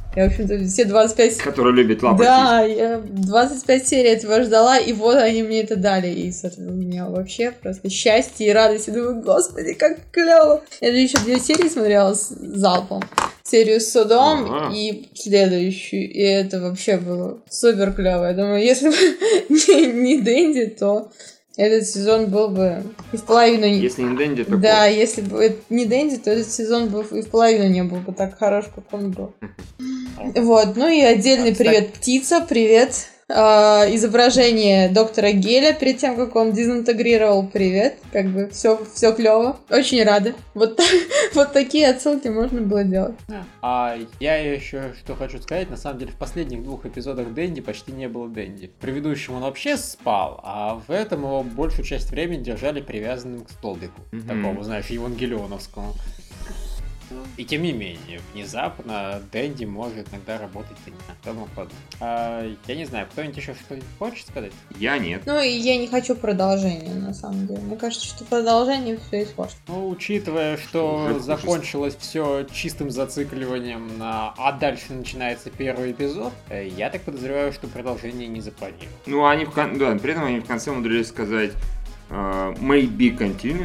Я, в общем-то, все двадцать пять... Который любит лапать. Да, я двадцать пять серий этого ждала, и вот они мне это дали. И с этого у меня вообще просто счастье и радость. Я думаю, господи, как клево. Я же еще две серии смотрела с залпом. Серию с Содом ага. и следующую. И это вообще было супер клево. Я думаю, если бы не, не Дэнди, то этот сезон был бы и в половину... Если не Дэнди, то... Да, кот. Если бы не Дэнди, то этот сезон бы и в половину не был бы так хорош, как он был. Вот, ну и отдельный привет птица, привет. А, изображение доктора Геля перед тем, как он дезинтегрировал, привет. Как бы все, все клево. Очень рада. Вот, вот такие отсылки можно было делать. А я еще что хочу сказать, на самом деле в последних двух эпизодах Дэнди почти не было Дэнди. В предыдущем он вообще спал, а в этом его большую часть времени держали привязанным к столбику. Mm-hmm. Такому, знаешь, евангелионовскому. И тем не менее, внезапно Дэнди может иногда работать на том уходу. А, я не знаю, кто-нибудь еще что-нибудь хочет сказать? Я нет. Ну и я не хочу продолжения, на самом деле. Мне кажется, что продолжение все испортит. Ну, учитывая, что Уже закончилось все чистым зацикливанием на... А дальше начинается первый эпизод, я так подозреваю, что продолжение не запланировано. Ну, они в кон... да, при этом они в конце умудрились сказать uh, maybe continue.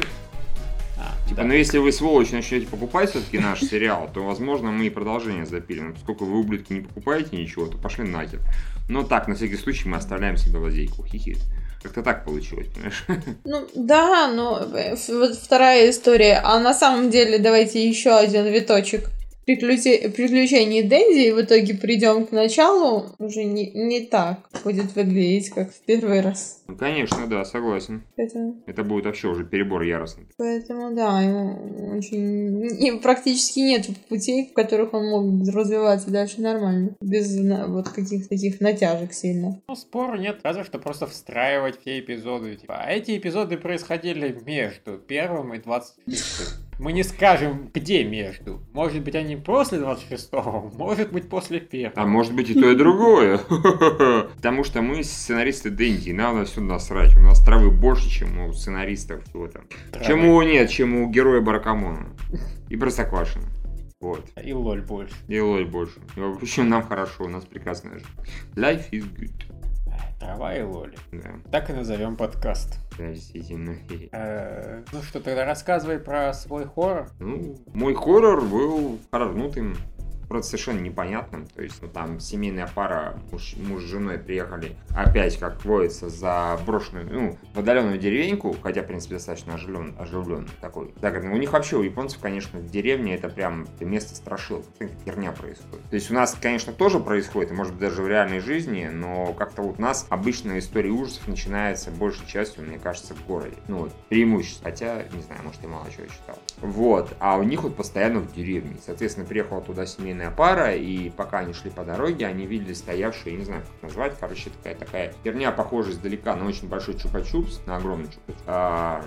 А, типа, да. Ну если вы, сволочь, начнете покупать все-таки наш сериал, то, возможно, мы и продолжение запилим. Поскольку вы, ублюдки, не покупаете ничего, то пошли нахер. Но так, на всякий случай, мы оставляем себе лазейку. Хихи. Как-то так получилось, понимаешь? Ну, да, но вот вторая история. А на самом деле, давайте еще один виточек. Приключи... приключений Дэнди, и в итоге придем к началу, уже не, не так будет выглядеть, как в первый раз. Ну, конечно, да, согласен. Поэтому... Это будет вообще уже перебор яростный. Поэтому, да, ему очень... И практически нет путей, в которых он мог развиваться дальше нормально, без вот каких-то таких натяжек сильно. Ну, спору нет, разве что просто встраивать все эпизоды. Типа, а эти эпизоды происходили между первым и двадцать шестым. Мы не скажем, где между. Может быть, они после двадцать шестого, может быть, после первого. А может быть, и то, и другое. Потому что мы сценаристы Дэнди, нам на все насрать. У нас травы больше, чем у сценаристов. Чем у нет, чем у героя Баракамона. И Простоквашино. Вот. И лоль больше. И лоль больше. В общем, нам хорошо, у нас прекрасная жизнь. Life is good. Трава и лоли. Да. Так и назовем подкаст. Да, действительно. Э, ну что, тогда рассказывай про свой хоррор. Ну, мой хоррор был хоррорнутым, просто совершенно непонятным. То есть, ну, там семейная пара, муж, муж с женой приехали опять, как водится, за брошенную, ну, в отдаленную деревеньку, хотя, в принципе, достаточно оживленный, оживленный такой. Загородный. У них вообще, у японцев, конечно, в деревне это прям место страшилок. Какая-то херня происходит. То есть, у нас, конечно, тоже происходит, и, может быть, даже в реальной жизни, но как-то вот у нас обычно история ужасов начинается большей частью, мне кажется, в городе. Ну, вот, преимущество. Хотя, не знаю, может, я мало чего читал. Вот. А у них вот постоянно в деревне. Соответственно, приехала туда семейная пара, и пока они шли по дороге, они видели стоявшие, я не знаю, как назвать, короче, такая такая херня, похожая издалека на очень большой чупа-чупс, на огромный чупа-чупс, а,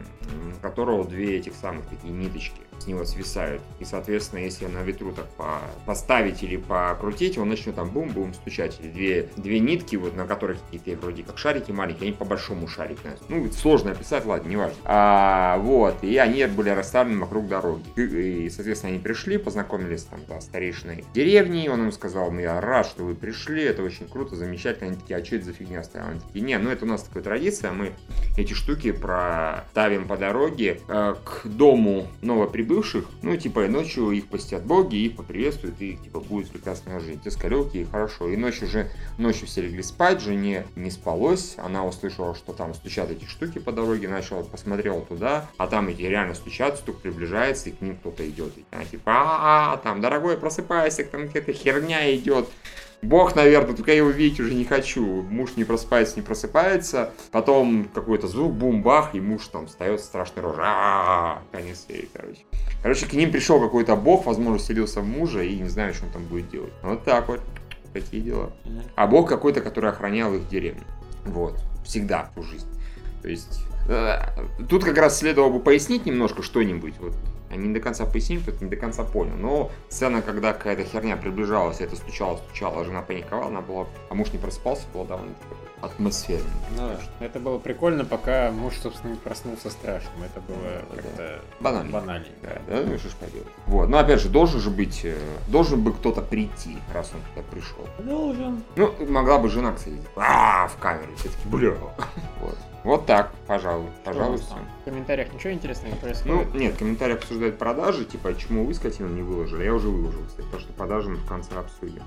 у которого две этих самых такие ниточки с него свисают. И, соответственно, если на ветру так по поставить или покрутить, он начнет там бум-бум стучать. Или две, две нитки, вот, на которых какие-то вроде как шарики маленькие, они по большому шарику. Ну, сложно описать, ладно, не важно. А, вот, и они были расставлены вокруг дороги. И, и, соответственно, они пришли, познакомились там, да, старейшиной деревни, он им сказал, ну, я рад, что вы пришли, это очень круто, замечательно. Они такие, а что это за фигня стояла? Они такие, не, ну, это у нас такая традиция, мы эти штуки проставим по дороге э, к дому новоприбывших, ну, типа, и ночью их посетят боги, их поприветствуют, и, типа, будет прекрасная жизнь. Те скорелки, и хорошо. И ночью же, ночью все легли спать, жене не спалось, она услышала, что там стучат эти штуки по дороге, начала, посмотрела туда, а там эти реально стучат, стук приближается, и к ним кто-то идет. И она, типа, а-а-а, там, дорогой, просыпайся, там какая-то херня идет. Бог, наверное, только я его видеть уже не хочу. Муж не просыпается, не просыпается. Потом какой-то звук, бум-бах, и муж там встает страшной рожей. А-а-а, конец серии, короче. Короче, к ним пришел какой-то бог, возможно, селился в мужа, и не знаю, что он там будет делать. Вот так вот. Такие дела. А бог какой-то, который охранял их деревню. Вот. Всегда, всю жизнь. То есть... Тут как раз следовало бы пояснить немножко что-нибудь. Вот. Они не до конца пояснили, кто-то не до конца понял. Но сцена, когда какая-то херня приближалась, это стучало, стучало, жена паниковала, она была, а муж не просыпался, была довольно атмосферно. Ну, это было прикольно, пока муж, собственно, не проснулся страшным. Это было как-то банально. банально. Да, да, ну что ж поделать. Вот, но опять же, должен же быть, должен бы кто-то прийти, раз он туда пришел. Должен. Ну, могла бы жена, кстати, а в камере, все-таки, бля. Вот. Вот так, пожалуй, пожалуй, все. В комментариях ничего интересного не происходит? Ну, нет, в комментариях обсуждают продажи, типа, почему вы, скотина, не выложили. Я уже выложил, кстати, потому что продажи мы в конце обсудим.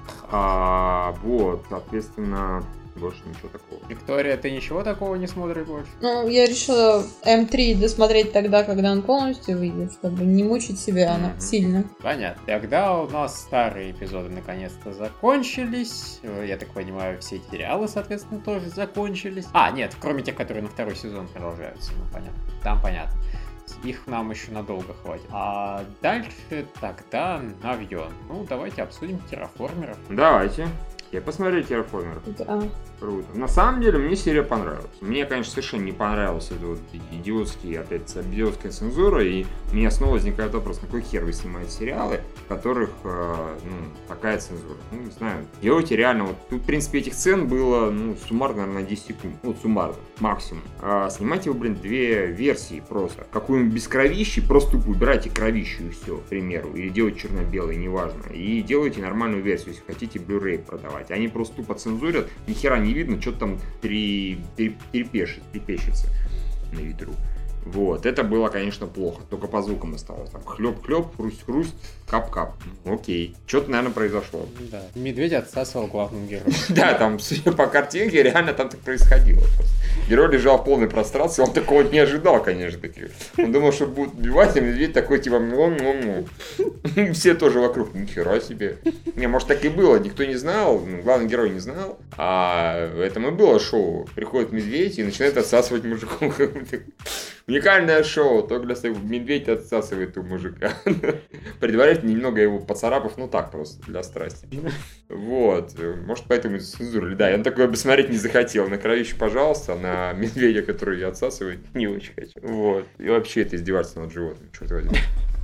А, вот, соответственно, больше ничего такого. Виктория, ты ничего такого не смотришь больше? Ну, я решила эм три досмотреть тогда, когда он полностью выйдет, чтобы не мучить себя Мгм. сильно. Понятно. Тогда у нас старые эпизоды наконец-то закончились. Я так понимаю, все эти сериалы, соответственно, тоже закончились. А, нет, кроме тех, которые на второй сезон продолжаются. Ну, понятно. Там понятно. Их нам еще надолго хватит. А дальше тогда навьон. Ну, давайте обсудим терраформеров. Давайте. Я посмотрел терраформеров. Да. Круто. На самом деле, мне серия понравилась. Мне, конечно, совершенно не понравилась эта вот идиотский, опять идиотская цензура, и у меня снова возникает вопрос, на какой хер вы снимаете сериалы, в которых, э, ну, такая цензура. Ну, не знаю, делайте реально, вот тут, в принципе, этих сцен было, ну, суммарно, наверное, десять секунд. Ну, суммарно, максимум. А снимайте вы, блин, две версии просто. Какую-нибудь без кровищи, просто тупо убирайте кровищу и все, к примеру. Или делайте черно-белый, неважно. И делайте нормальную версию, если хотите Blu-ray продавать. Они просто тупо цензурят, ни хера не видно, что там три, три, трепещет, трепещется на ветру. Вот, это было, конечно, плохо. Только по звукам осталось. Там хлеб-хлеб, хрусть-хрусть, кап-кап. Окей. Что-то, наверное, произошло. Да. Медведь отсасывал главному герою. Да, там, судя по картинке, реально там так происходило. Герой лежал в полной прострации, он такого не ожидал, конечно, таки. Он думал, что будет убивать, а медведь такой, типа, ну-ну-ну. Все тоже вокруг, нихера себе. Не, может, так и было, никто не знал, главный герой не знал. А в этом и было шоу. Приходит медведь и начинает отсасывать мужиков. Уникальное шоу, только для своего медведь отсасывает у мужика. Предварительно немного его поцарапав, ну так просто, для страсти. Вот, может поэтому цензурили. Да, я на такое бы смотреть не захотел. На кровищу, пожалуйста, на медведя, который отсасывает, не очень хочу. Вот, и вообще это издевательство над животным, черт возьми.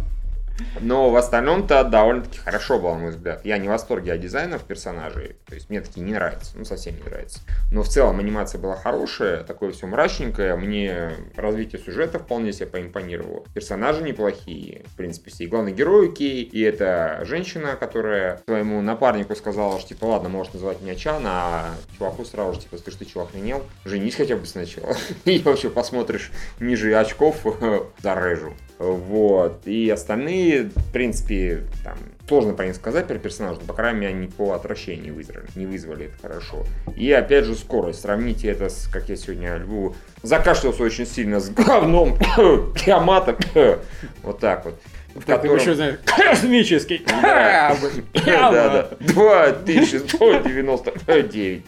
Но в остальном-то довольно-таки хорошо было, на мой взгляд. Я не в восторге от дизайнов персонажей, то есть мне такие не нравятся, ну совсем не нравятся. Но в целом анимация была хорошая, такое все мрачненькое, мне развитие сюжета вполне себе поимпонировало. Персонажи неплохие, в принципе, все. И главный герой окей, и это женщина, которая своему напарнику сказала, что типа ладно, можешь называть меня Чан, а чуваку сразу же типа, ты что, чувак, охренел? Женись хотя бы сначала. И вообще посмотришь ниже очков, зарежу. Вот, и остальные, в принципе, там, сложно про них сказать, про персонажей, но, по крайней мере, они по отвращению не вызвали, не вызвали это хорошо. И, опять же, скорость. Сравните это с, как я сегодня Льву закашлялся очень сильно, с говном, Киаматом, вот так вот. В котором... Ты еще знаешь, космический. Да, да, два тысячи сто девяносто девять.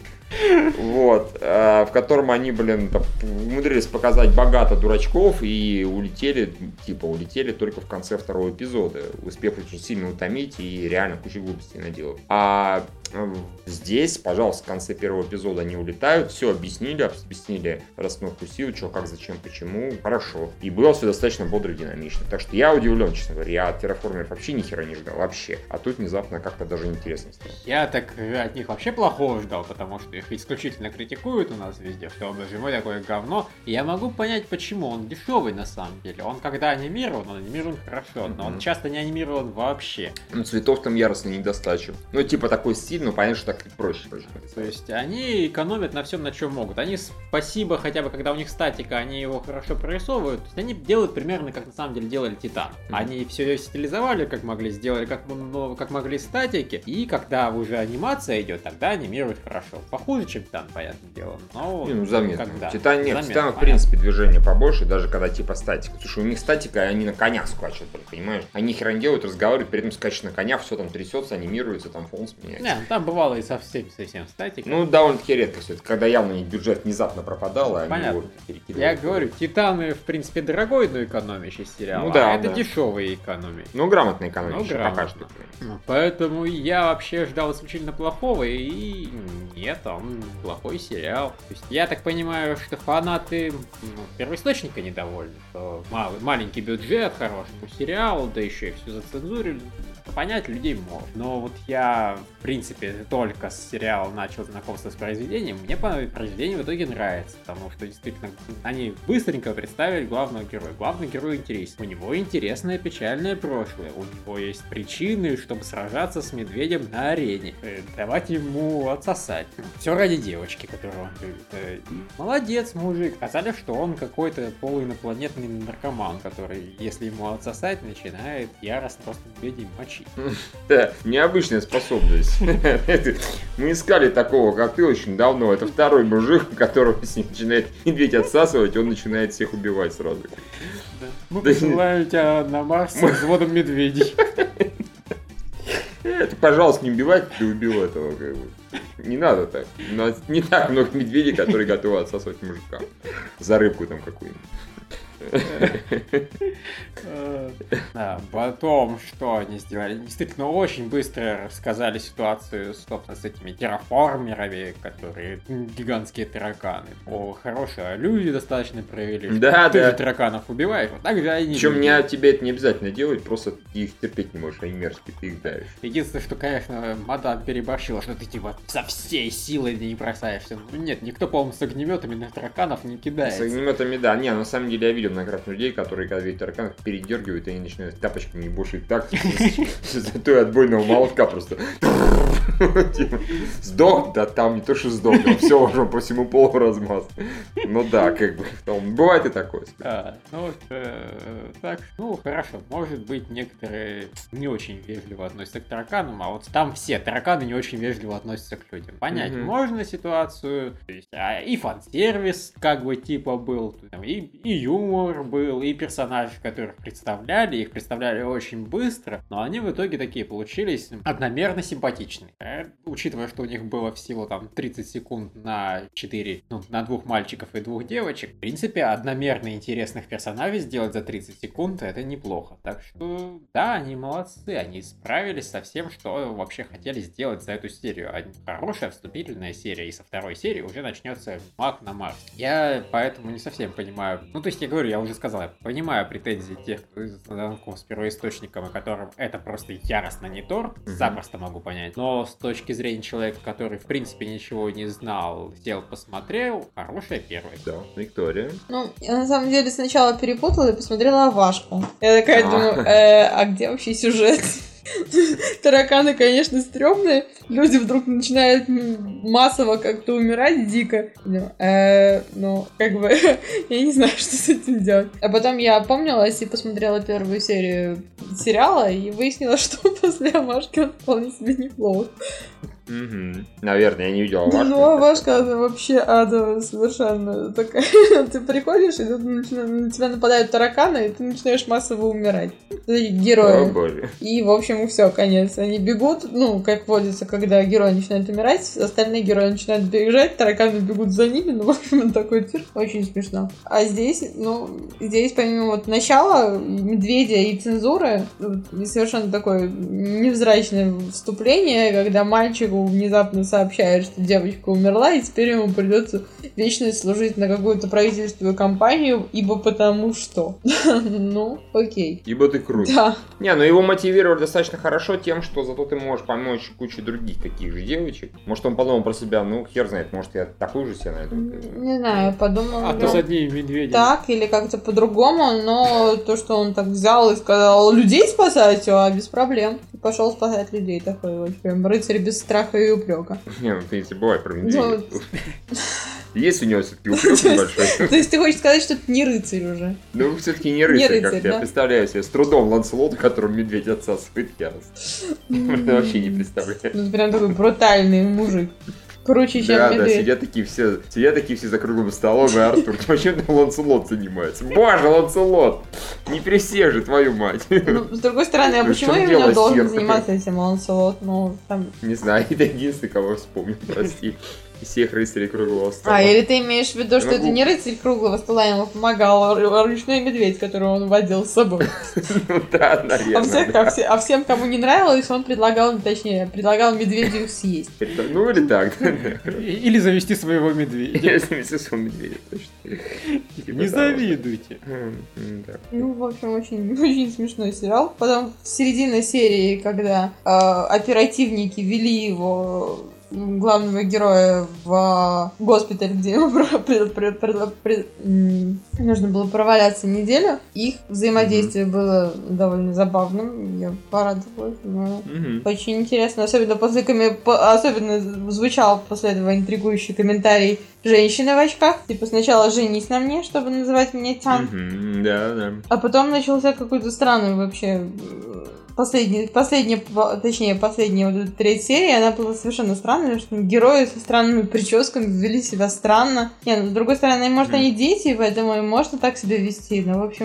Вот, в котором они, блин, умудрились показать богато дурачков и улетели, типа, улетели только в конце второго эпизода, успев очень сильно утомить и реально кучу глупостей наделать. А здесь, пожалуйста, в конце первого эпизода они улетают, все объяснили, объяснили расстановку сил, что, как, зачем, почему, хорошо. И было все достаточно бодро и динамично. Так что я удивлен, честно говоря, я от терраформеров вообще ни хера не ждал, вообще. А тут внезапно как-то даже интересно стало. Я так от них вообще плохого ждал, потому что их исключительно критикуют у нас везде, что он зимой такое говно. И я могу понять, почему. Он дешевый на самом деле. Он когда анимирован, он анимирован хорошо, но он часто не анимирован вообще. Ну, цветов там яростной недостача. Ну, типа такой стиль, но понятно, что так проще. То есть они экономят на всем, на чем могут. Они, спасибо, хотя бы когда у них статика, они его хорошо прорисовывают. То есть они делают примерно как на самом деле делали Титан. Mm-hmm. Они все стилизовали, как могли, сделали как, ну, как могли статики. И когда уже анимация идет, тогда анимируют хорошо. Похуже, чем Титан, понятное дело. Но не, ну заметно. Когда? Титан нет, заметно, Титан в принципе движение побольше, даже когда типа статика. Слушай, у них статика, они на конях скачут, понимаешь? Они хрен делают, разговаривают, при этом скачут на конях, все там трясется, анимируется, там фон сменяется. Не, там бывало и совсем, совсем статика. Ну, довольно-таки редко все это, когда явно бюджет внезапно пропадал, а они его перекидывали. Я говорю, Титаны, в принципе, дорогой, но экономящий сериал, ну, да, а это да. дешевый экономия. Ну, грамотно экономящий, ну, пока что. Поэтому я вообще ждал исключительно плохого, и нет, он плохой сериал. То есть, я так понимаю, что фанаты ну, первоисточника недовольны, что мал, маленький бюджет, хороший сериал, да еще и все зацензурили. Понять людей можно. Но вот я, в принципе, только с сериала начал знакомство с произведением, мне произведение в итоге нравится, потому что действительно они быстренько представили главного героя. Главный герой интересен. У него интересное печальное прошлое. У него есть причины, чтобы сражаться с медведем на арене. Давать ему отсосать. Все ради девочки, которую он любит. И молодец, мужик. Сказали, что он какой-то полуинопланетный наркоман, который, если ему отсосать, начинает яростно просто медведей мочить. Да, необычная способность. Мы искали такого, как ты, очень давно. Это второй мужик, которого начинает медведь отсасывать, он начинает всех убивать сразу. Мы посылаем тебя на Марс с взводом медведей. Это, пожалуйста, не убивай, ты убил этого. Не надо так. У нас не так много медведей, которые готовы отсасывать мужика. За рыбку там какую-нибудь. А, потом, что они сделали? Действительно, очень быстро рассказали ситуацию, собственно, с этими терраформерами, которые гигантские тараканы. О, хорошие люди достаточно провели. Да, ты да. же тараканов убиваешь, вот так же они. Причем не, тебе это не обязательно делать, просто ты их терпеть не можешь, они мерзкие, ты их давишь. Единственное, что, конечно, мадам переборщила, что ты типа со всей силой не бросаешься. Ну, нет, никто, по-моему, с огнеметами на тараканов не кидается. С огнеметами, да. Не, на самом деле я видел многократно людей, которые, когда видят тараканов, передергивают, и они начинают тапочками ебушить так, с той отбойного молотка просто. Сдох, да там не то, что сдох, все уже по всему полу размаз. Ну да, как бы, бывает и такое. А, ну, так, ну, хорошо, может быть, некоторые не очень вежливо относятся к тараканам, а вот там все тараканы не очень вежливо относятся к людям. Понять можно ситуацию, то есть, и фан-сервис, как бы, типа, был, и, и юмор был, и персонажи, которых представляли, их представляли очень быстро, но они в итоге такие получились одномерно симпатичные. Э, учитывая, что у них было всего там тридцать секунд на четыре, ну, на двух мальчиков и двух девочек, в принципе, одномерно интересных персонажей сделать за тридцать секунд, это неплохо. Так что, да, они молодцы, они справились со всем, что вообще хотели сделать за эту серию. Хорошая вступительная серия, и со второй серии уже начнется маг на Марс. Я поэтому не совсем понимаю, ну, то есть я говорю, я уже сказал, я понимаю претензии тех, кто знаком с первоисточником, и которым это просто яростно не торт, mm-hmm. запросто могу понять. Но с точки зрения человека, который в принципе ничего не знал, сел, посмотрел, хорошая первая. Да, Виктория. Ну, я на самом деле сначала перепутала и посмотрела Овашку. Я такая думаю, э, а где вообще сюжет? Тараканы, конечно, стрёмные. Люди вдруг начинают массово как-то умирать дико. Э, ну, как бы, я не знаю, что с этим делать. А потом я опомнилась и посмотрела первую серию сериала и выяснила, что после Овашки он вполне себе неплохо. Угу. Наверное, я не видел Овашку. Ну, Овашка, она вообще адовая совершенно такая. Ты приходишь, и тут на тебя нападают тараканы, и ты начинаешь массово умирать. Герои. О, боже. И, в общем, все, конец. Они бегут, ну, как водится, когда герои начинают умирать, остальные герои начинают бежать, тараканы бегут за ними, ну, в общем, такой цирк. Очень смешно. А здесь, ну, здесь, помимо вот начала, медведя и цензуры, совершенно такое невзрачное вступление, когда мальчик внезапно сообщает, что девочка умерла, и теперь ему придется вечно служить на какую-то правительственную компанию, ибо потому что. Ну, окей. Ибо ты крут. Да. Не, ну его мотивировали достаточно хорошо тем, что зато ты можешь помочь куче других таких же девочек. Может, он подумал про себя, ну, хер знает, может, я такую же себе найду. Не знаю, подумал. А то с одними медведями. Так, или как-то по-другому, но то, что он так взял и сказал, людей спасать, а без проблем. И пошел спасать людей, такой вот прям рыцарь без страха и упрека. Не, ну, в принципе, бывает про медведя. Есть у него все-таки упрек небольшой. То есть ты хочешь сказать, что это не рыцарь уже? Ну, все-таки не рыцарь, как я представляю себе. С трудом Ланселот, которому медведь отсасывает ярость. Это вообще не представляю. Ну, прям такой брутальный мужик. круче, чем Да, да, медведь. сидят такие все, сидят такие все за круглым столом, и Артур, чем там Ланселот занимается? Боже, Ланселот! Не присежи, твою мать! Ну, с другой стороны, а Ну, в почему чем именно дело, должен Сир? заниматься этим Ланселот? Ну, там... Не знаю, это единственный, кого вспомнил, прости. Из всех рыцарей круглого стола. А, или ты имеешь в виду, что могу- это не рыцарь круглого стола, ему помогал, а ручной медведь, которого он водил с собой. Ну да, А, наверное. всех- а все- а всем, кому не нравилось, он предлагал, точнее, предлагал медведю их съесть. Это- Ну или так, да. Или завести своего медведя. Если вместе медведя, точно. Типа Не того. завидуйте. М, м, да. Ну, в общем, очень, очень смешной сериал. Потом середина серии, когда э, оперативники вели его, м, главного героя, в э, госпиталь, где ему про- пред- пред- пред- пред- м, нужно было проваляться неделю. Их взаимодействие было довольно забавным. Я порадовалась. но Мгм. Очень интересно, особенно после коме- по- особенно звучал после этого интригующий комментарий женщины в очках. Типа сначала женись на мне, чтобы называть меня Тян. Мгм, Да, да. А потом начался какой-то странный вообще э, последний, последняя, по- точнее, последняя вот эта третья серия, она была совершенно странная, что герои со странными прическами вели себя странно. Не, ну, с другой стороны, может, Мгм. они дети, поэтому им можно так себя вести, но, в общем,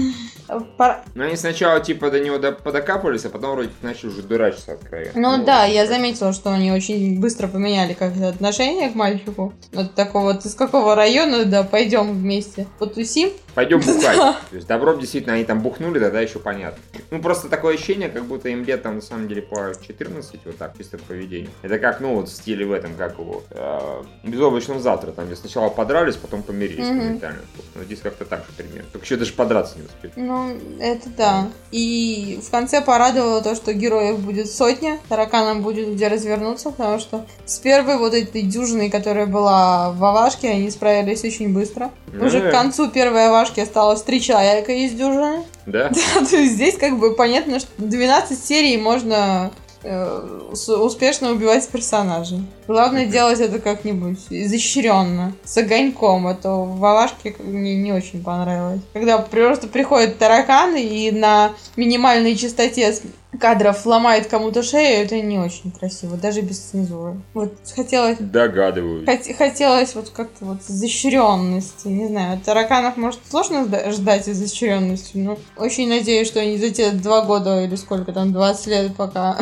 пора- Ну они сначала типа до него до- подокапывались, а потом вроде как начали уже дурачиться откровенно. Ну да, ладно, я так. заметила, что они очень быстро поменяли как-то отношение к мальчику. Вот такого вот, из какого района, да, пойдем вместе потусим. Пойдем бухать. То есть добром действительно они там бухнули, тогда еще понятно. Ну просто такое ощущение, как будто им лет там на самом деле по четырнадцать, вот так, чисто по поведению. Это как, ну вот в стиле в этом, как его, э, безоблачном завтра, там где сначала подрались, потом помирились Мгм. моментально. Ну здесь как-то так же примерно. Только еще даже подраться не успели. Ну, это да. И в конце порадовало то, что героев будет сотня, тараканам будет где развернуться, потому что с первой вот этой дюжиной, которая была в Авашке, они справились очень быстро. Ну Уже да. к концу первой Авашки осталось три человека из дюжины. Да? То есть здесь как бы понятно, что двенадцать серий можно э, с- успешно убивать персонажей. Главное Мгм. делать это как-нибудь изощренно, с огоньком. А то в Авашке мне не очень понравилось. Когда просто приходят тараканы и на минимальной частоте с- кадров ломает кому-то шею, это не очень красиво, даже без цензуры. Вот хотелось Догадываюсь. Хот- Хотелось вот как-то вот изощренности, не знаю, от тараканов, может, сложно жда- ждать изощренности, но очень надеюсь, что они за те два года или сколько там, двадцать лет, пока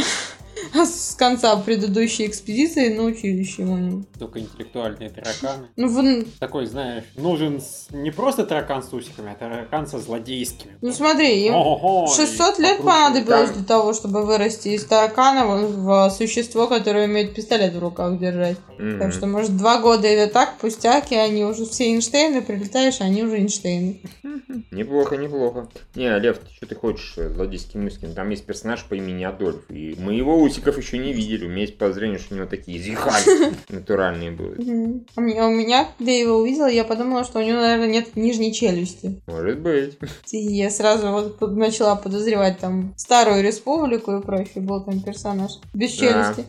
с конца предыдущей экспедиции научились чему-нибудь. Только интеллектуальные тараканы. Ну, вон- Такой, знаешь, нужен с- не просто таракан с усиками, а таракан со злодейскими. ну смотри, им Ого, шестьсот и лет покруче. понадобилось Там- для того, чтобы вырасти из таракана в существо, которое умеет пистолет в руках держать. Мгм. Так что, может, два года это так, пустяки, они уже все Эйнштейны, прилетаешь, а они уже Эйнштейны. Неплохо, неплохо. Не, Лев, ты что ты хочешь э, злодейским мыслям? Там есть персонаж по имени Адольф. И мы его усиков еще не видели. У меня есть подозрение, что у него такие зихали натуральные будут. Мгм. А мне- у меня, когда я его увидела, я подумала, что у него, наверное, нет нижней челюсти. Может быть. И я сразу вот под- начала подозревать там Старую Республику и прочее. Был там персонаж без Да. челюсти.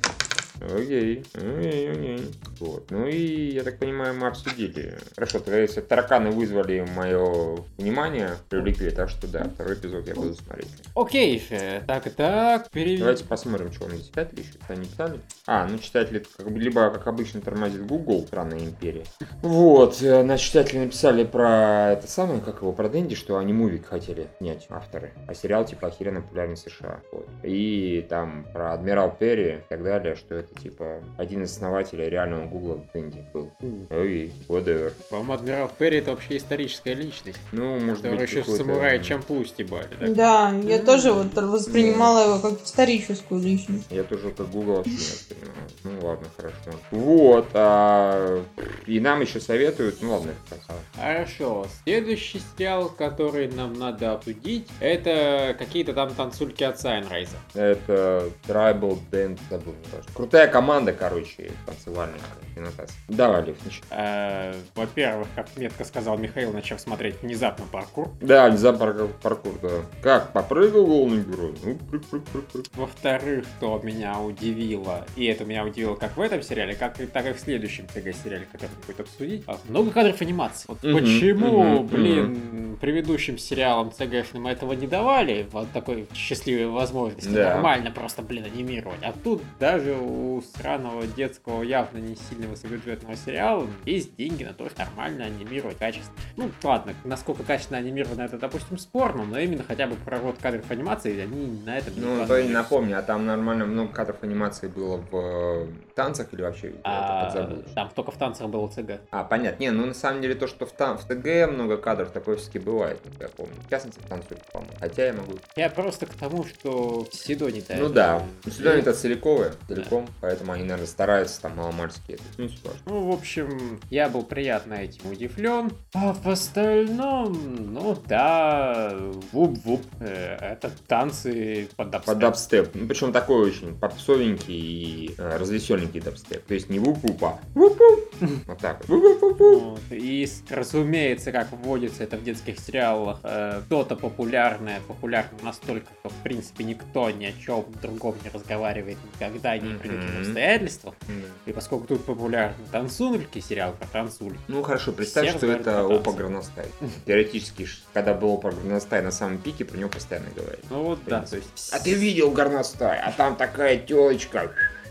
Окей, окей, окей. Вот. Ну и, я так понимаю, мы обсудили. Хорошо, тогда если тараканы вызвали мое внимание, привлекли, так что да, второй эпизод я буду смотреть. Окей же, так и так, переведи. Давайте посмотрим, что у нас читатели еще, что они читали. А, ну читатели как бы, либо, как обычно, тормозит Google, странная империя. Вот, э, значит, читатели написали про это самое, как его, про Дэнди, что они мувик хотели снять, авторы. А сериал, типа, охеренно популярный в США. Вот. И там про Адмирал Перри и так далее, что это, типа, один из основателей реального Гугла Дэнди был. Окей, whatever. По-моему, Адмирал Перри это вообще историческая личность. Ну, может Который быть, еще какой-то- самурая Чампу стебали, да? Да, я тоже вот воспринимала его как историческую личность. Я тоже как Google вообще не воспринимаю. Ну ладно, хорошо. Вот, а... и нам еще советуют, ну ладно, это красава. Хорошо, следующий сериал, который нам надо обсудить, это какие-то там танцульки от Сайнрайза. Это Tribal Dance, забыл, не важно. Крутая команда, короче, танцевальная кинотация. Давай, Лев, начни. Э, Во-первых, как метко сказал Михаил, начав смотреть внезапно паркур. Да, за паркур, паркур, да. Как, попрыгал голый герой? Ну, прыг, прыг, прыг, прыг. Во-вторых, что меня удивило, и это меня удивило как в этом сериале, как и, так и в следующем ТГ-сериале, который будет обсудить, а, много кадров анимации. Вот Мгм, почему, мгм, блин, предыдущим сериалам ТГшным этого не давали, вот такой счастливой возможности, Да. нормально просто, блин, анимировать. А тут даже у сраного детского явно не сильно высокобюджетного сериала есть деньги на то, что нормально анимировать качественно. Ну, ладно, насколько качественно анимировано, это, допустим, спорно, но именно хотя бы прород кадров анимации, они на этом не Ну, то и напомню, а там нормально много кадров анимации было в э, танцах или вообще? А, там только в танцах было ЦГ. А, понятно. Не, ну на самом деле то, что в, тан- в ТГ много кадров, такое все-таки бывает, я помню. В частности, в танцах, по-моему. Хотя я могу... Я просто к тому, что Сидони-то... Ну это... да, Сидони-то целиковые, целиком, да. Поэтому они, наверное, стараются там маломальски это. Ну, ну, в общем, я был приятно этим удивлен. А в остальном, ну да, вуп-вуп. Это танцы под дабстеп. Под дабстеп. Ну, причем такой очень попсовенький и э, развеселенький дабстеп. То есть не вуп-вуп, а вуп-вуп. Вот так вот. И, разумеется, как вводится это в детских сериалах, что-то популярное, популярно настолько, что, в принципе, никто ни о чем другом не разговаривает никогда, ни при каких обстоятельствах. И поскольку тут популярны танцульки, сериал про танцульки. Ну хорошо, представь, что это Опа Горностай. Теоретически, когда был Опа Горностай на самом пике, про него постоянно говорят. Ну вот да, то есть... А ты видел Горностай? А там такая телочка.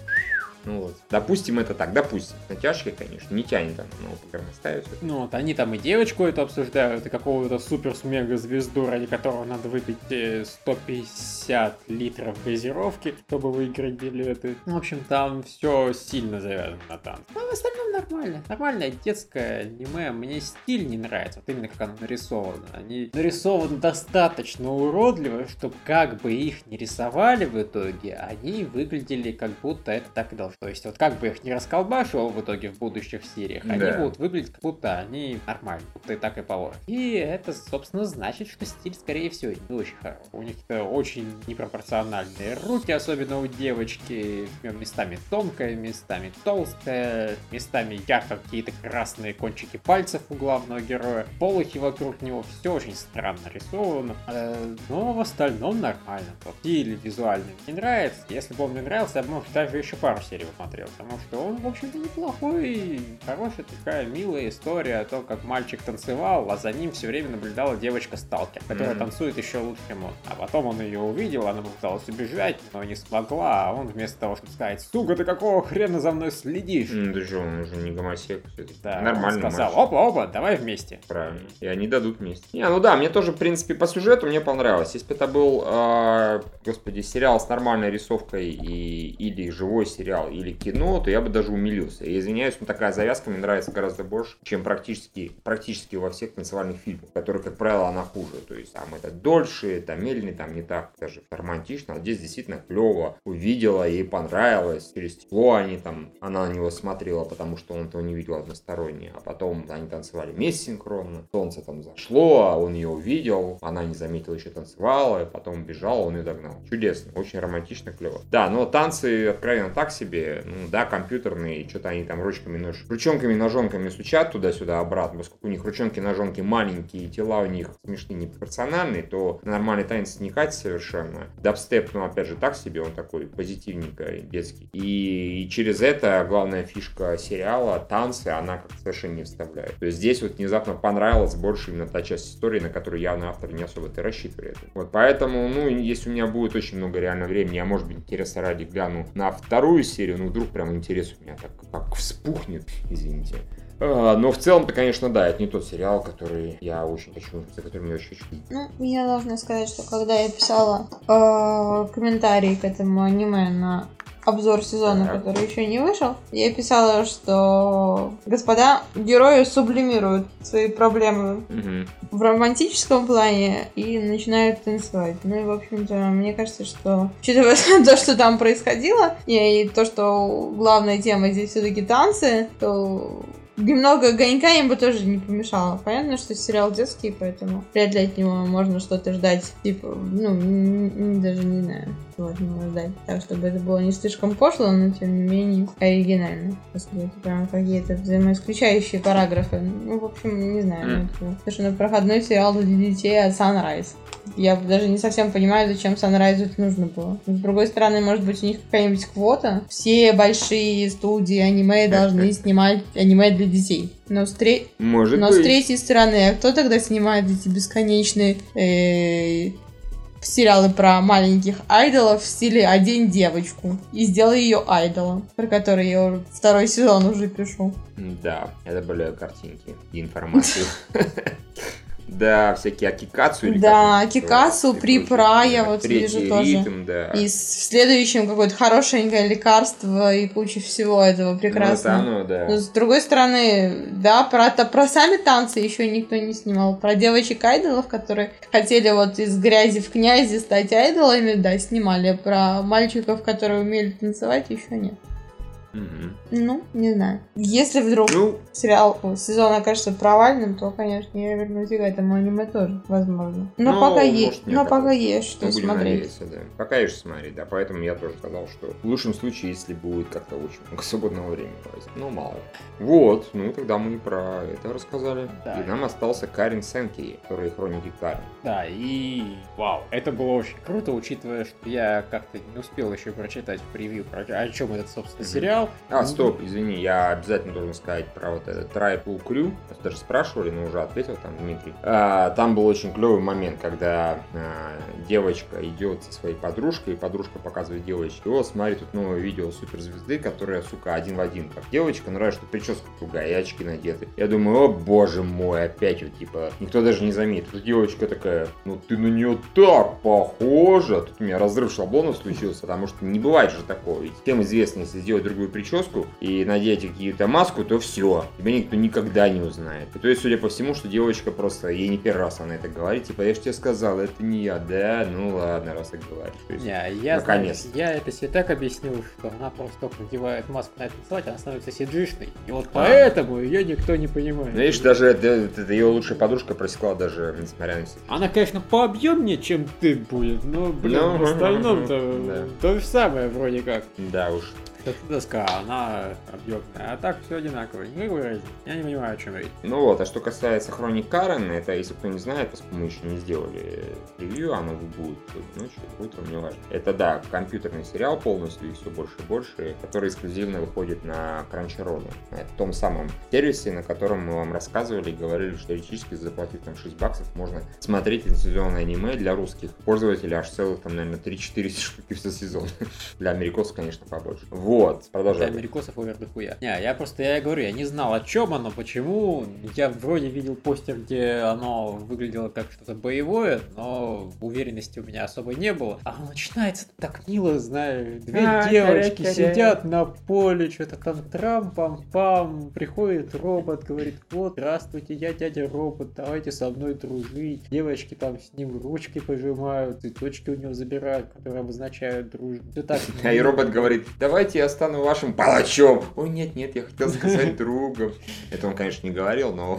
Ну вот. Допустим, это так, допустим. Натяжки, конечно, не тянет она, но по горностаю. Ну вот, они там и девочку эту обсуждают, и какого-то супер-мега-звезду, ради которого надо выпить сто пятьдесят литров газировки, чтобы выиграть билеты. В общем, там все сильно завязано на танце. Но в остальном нормально. Нормальное детское аниме. Мне стиль не нравится, вот именно как оно нарисовано. Они нарисованы достаточно уродливо, чтобы как бы их не рисовали в итоге, они выглядели как будто это так и должно. То есть, вот как бы их не расколбашивал в итоге в будущих сериях, они да. будут выглядеть как будто они нормальные, будто и так и положено. И это, собственно, значит, что стиль, скорее всего, не очень хороший. У них-то очень непропорциональные руки, особенно у девочки, местами тонкая, местами толстая, местами ярко какие-то красные кончики пальцев у главного героя, полохи вокруг него, все очень странно рисовано, но в остальном нормально. Стиль визуальный мне нравится, если бы он мне нравился, я бы, может, даже еще пару серий смотрел, потому что он, в общем-то, неплохой, хорошая такая милая история о том, как мальчик танцевал, а за ним все время наблюдала девочка-сталкер, которая mm-hmm. танцует еще лучше, чем он. А потом он ее увидел, она попыталась убежать, но не смогла, а он вместо того, чтобы сказать: «Сука, ты какого хрена за мной следишь?» Mm, ты же, он уже не гомосек, все-таки. Да, нормально. Он сказал: опа-опа, давай вместе. Правильно. И они дадут вместе. Не, ну да, мне тоже, в принципе, по сюжету мне понравилось. Если бы это был, э, господи, сериал с нормальной рисовкой и, или живой сериал, или кино, то я бы даже умилился. Я извиняюсь, но такая завязка мне нравится гораздо больше, чем практически, практически во всех танцевальных фильмах, которые, как правило, она хуже. То есть там это дольше, там медленнее, там не так даже романтично. А здесь действительно клево. Увидела, ей понравилось. Через тепло они там, она на него смотрела, потому что он этого не видел односторонне. А потом они танцевали вместе синхронно. Солнце там зашло, а он ее увидел. Она не заметила, еще танцевала, и потом бежала, он ее догнал. Чудесно, очень романтично, клево. Да, но танцы откровенно так себе. Ну да, компьютерные, что-то они там ручками, нож... ручонками, ножонками стучат туда-сюда обратно, поскольку у них ручонки, ножонки маленькие, тела у них смешные, непропорциональные, то нормальный танец не катит совершенно. Дабстеп, ну опять же, так себе, он такой позитивненько детский. И, и через это главная фишка сериала, танцы, она как-то совершенно не вставляет. То есть здесь вот внезапно понравилась больше именно та часть истории, на которую явно автор не особо-то рассчитывает. Вот поэтому, ну, если у меня будет очень много реально времени, я, может быть, интереса ради гляну на вторую серию, ну, вдруг прям интерес у меня так как вспухнет, извините. А, но в целом-то, конечно, да, это не тот сериал, который я очень хочу, за которым я очень хочу. Ну, я должна сказать, что когда я писала э, комментарии к этому аниме на обзор сезона, так. который еще не вышел, я писала, что господа герои сублимируют свои проблемы угу. в романтическом плане и начинают танцевать. Ну и, в общем-то, мне кажется, что, учитывая то, что там происходило, и то, что главная тема здесь все-таки танцы, то немного огонька им бы тоже не помешало. Понятно, что сериал детский, поэтому вряд ли от него можно что-то ждать. Типа, ну, н- н- даже не знаю, чего от него ждать. Так, чтобы это было не слишком пошло, но тем не менее оригинально. Если это прям какие-то взаимоисключающие параграфы. Ну, в общем, не знаю. Mm. Это совершенно проходной сериал для детей от Sunrise. Я даже не совсем понимаю, зачем Sunrise это нужно было. С другой стороны, может быть, у них какая-нибудь квота. Все большие студии аниме должны снимать аниме для детей. Но, с, тре... Может Но быть. с третьей стороны, а кто тогда снимает эти бесконечные э... сериалы про маленьких айдолов в стиле «Одень девочку» и сделай ее айдолом, про который я второй сезон уже пишу. Да, это были картинки и информацию. Да, всякие Акикацу. Да, Акикацу, Припра, я вот вижу тоже. И в следующем какое-то хорошенькое лекарство и куча всего этого прекрасного. Ну, да. Но с другой стороны, да, про, про сами танцы еще никто не снимал. Про девочек-айдолов, которые хотели вот из грязи в князи стать айдолами, да, снимали. Про мальчиков, которые умели танцевать, еще нет. Mm-hmm. Ну, не знаю. Если вдруг ну, сериал, сезон окажется провальным, то, конечно, я вернусь к этому аниме тоже, возможно. Но ну, пока, может, есть, но пока есть что смотреть. Надеяться, да. Пока есть что смотреть, да. Поэтому я тоже сказал, что в лучшем случае, если будет как-то очень много свободного времени. Ну, мало. Вот, ну тогда мы и про это рассказали. Да. И нам остался Карен Сенки, который хроники Карен. Да, и вау, это было очень круто, учитывая, что я как-то не успел еще прочитать превью, про о чем этот, собственно, mm-hmm. сериал. А, стоп, извини, я обязательно должен сказать про вот этот Triple Crew. Нас даже спрашивали, но уже ответил там Дмитрий. А, там был очень клевый момент, когда а, девочка идет со своей подружкой, и подружка показывает девочке: о, смотри, тут новое видео суперзвезды, которая, сука, один в один как девочка, но разве что прическа другая и очки надеты. Я думаю, о боже мой, опять вот, типа, никто даже не заметит. Тут девочка такая: ну ты на нее так похожа. Тут у меня разрыв шаблонов случился, потому что не бывает же такого. Ведь всем известно, если сделать другую прическу и надеть какие-то маску, то все, тебя никто никогда не узнает. И то есть, судя по всему, что девочка просто, ей не первый раз она это говорит, типа, я же тебе сказала, это не я, да, ну ладно, раз так говоришь. Есть, не, я, наконец. Я это себе так объяснил, что она просто только надевает маску на этот слайд, она становится сиджишной, и вот а. поэтому ее никто не понимает. Ну, видишь, даже это, это ее лучшая подружка просекла, даже несмотря на все. Она, конечно, пообъемнее, чем ты будет, но, блин, ну, в остальном-то да. то же самое вроде как. Да уж. Это доска, она объемная, а так все одинаково. Никакой разницы. Я не понимаю, о чем речь. Ну вот, а что касается Хроник Карен, это, если кто не знает, поскольку мы еще не сделали ревью, оно будет ночью, утром, не важно. Это, да, компьютерный сериал полностью, и все больше и больше, который эксклюзивно выходит на Crunchyroll. Это том самом сервисе, на котором мы вам рассказывали и говорили, что теоретически, заплатив там шесть баксов, можно смотреть лицензионное аниме для русских пользователей, аж целых там, наверное, три-четыре штуки в сезон. Для американцев, конечно, побольше. Вот, продолжай. Для америкосов овер дохуя. Не, я просто, я говорю, я не знал, о чем оно, почему. Я вроде видел постер, где оно выглядело как что-то боевое, но уверенности у меня особо не было. А оно начинается так мило, знаю, две а, девочки коррekt, сидят коррект. на поле, что-то там трам-пам-пам, приходит робот, говорит: вот, здравствуйте, я дядя робот, давайте со мной дружить. Девочки там с ним ручки пожимают, цветочки у него забирают, которые обозначают дружбу. А и робот говорит: давайте я стану вашим палачом. Ой, нет-нет, я хотел сказать другом. Это он, конечно, не говорил, но...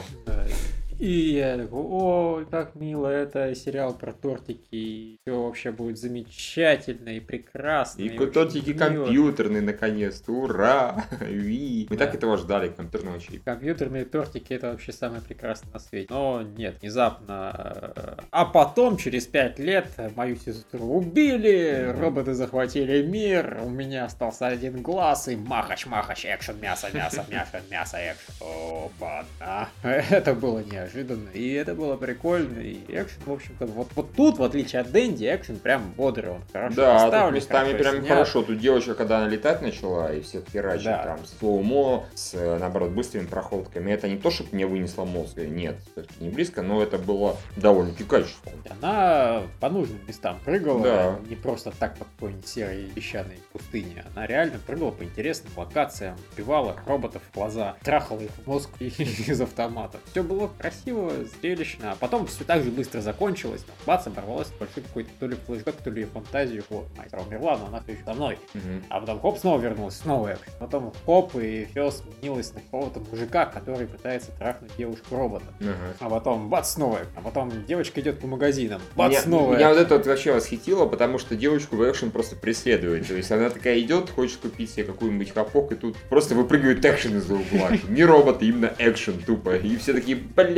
И я такой: ой, как мило, это сериал про тортики, все вообще будет замечательно и прекрасно. И, и тортики компьютерные, наконец-то, ура! Ви. Мы да. так этого ждали, компьютерного чипа. Компьютерные тортики — это вообще самое прекрасное на свете. Но нет, внезапно... А потом, через пять лет, мою сестру убили, mm-hmm. роботы захватили мир, у меня остался один глаз, и махач-махач, экшен, мясо, мясо, мясо, мясо, экшен. Опа, да. Это было неожиданно. Неожиданно, и это было прикольно, и экшен, в общем-то, вот, вот тут, в отличие от Дэнди, экшен прям бодрый, он хорошо да, поставлен, местами прям снят. Хорошо, тут девочка, когда она летать начала, и всех херачит да. там с слоумо, с, наоборот, быстрыми проходками, это не то, чтобы мне вынесло мозг, нет, все-таки не близко, но это было довольно-таки качественно. Она по нужным местам прыгала, да. не просто так по какой-нибудь серой песчаной пустыне, она реально прыгала по интересным локациям, убивала роботов в глаза, трахала их в мозг из автомата. Все было красиво. Красиво, зрелищно, а потом все так же быстро закончилось, там, бац, оборвалось большой какой-то то ли флешбэк, то ли фантазию, вот, мастер умерла, но она все еще со мной, mm-hmm. а потом хоп, снова вернулась, снова экшен, потом хоп, и все сменилось на какого-то мужика, который пытается трахнуть девушку-робота, mm-hmm. а потом бац, снова экшен, а потом девочка идет по магазинам, бац, меня, снова меня вот это вот вообще восхитило, потому что девочку в экшен просто преследует, то есть она такая идет, хочет купить себе какую-нибудь хапок, и тут просто выпрыгивает экшен из-за угла, не роботы, именно экшен тупо, и все такие: бля,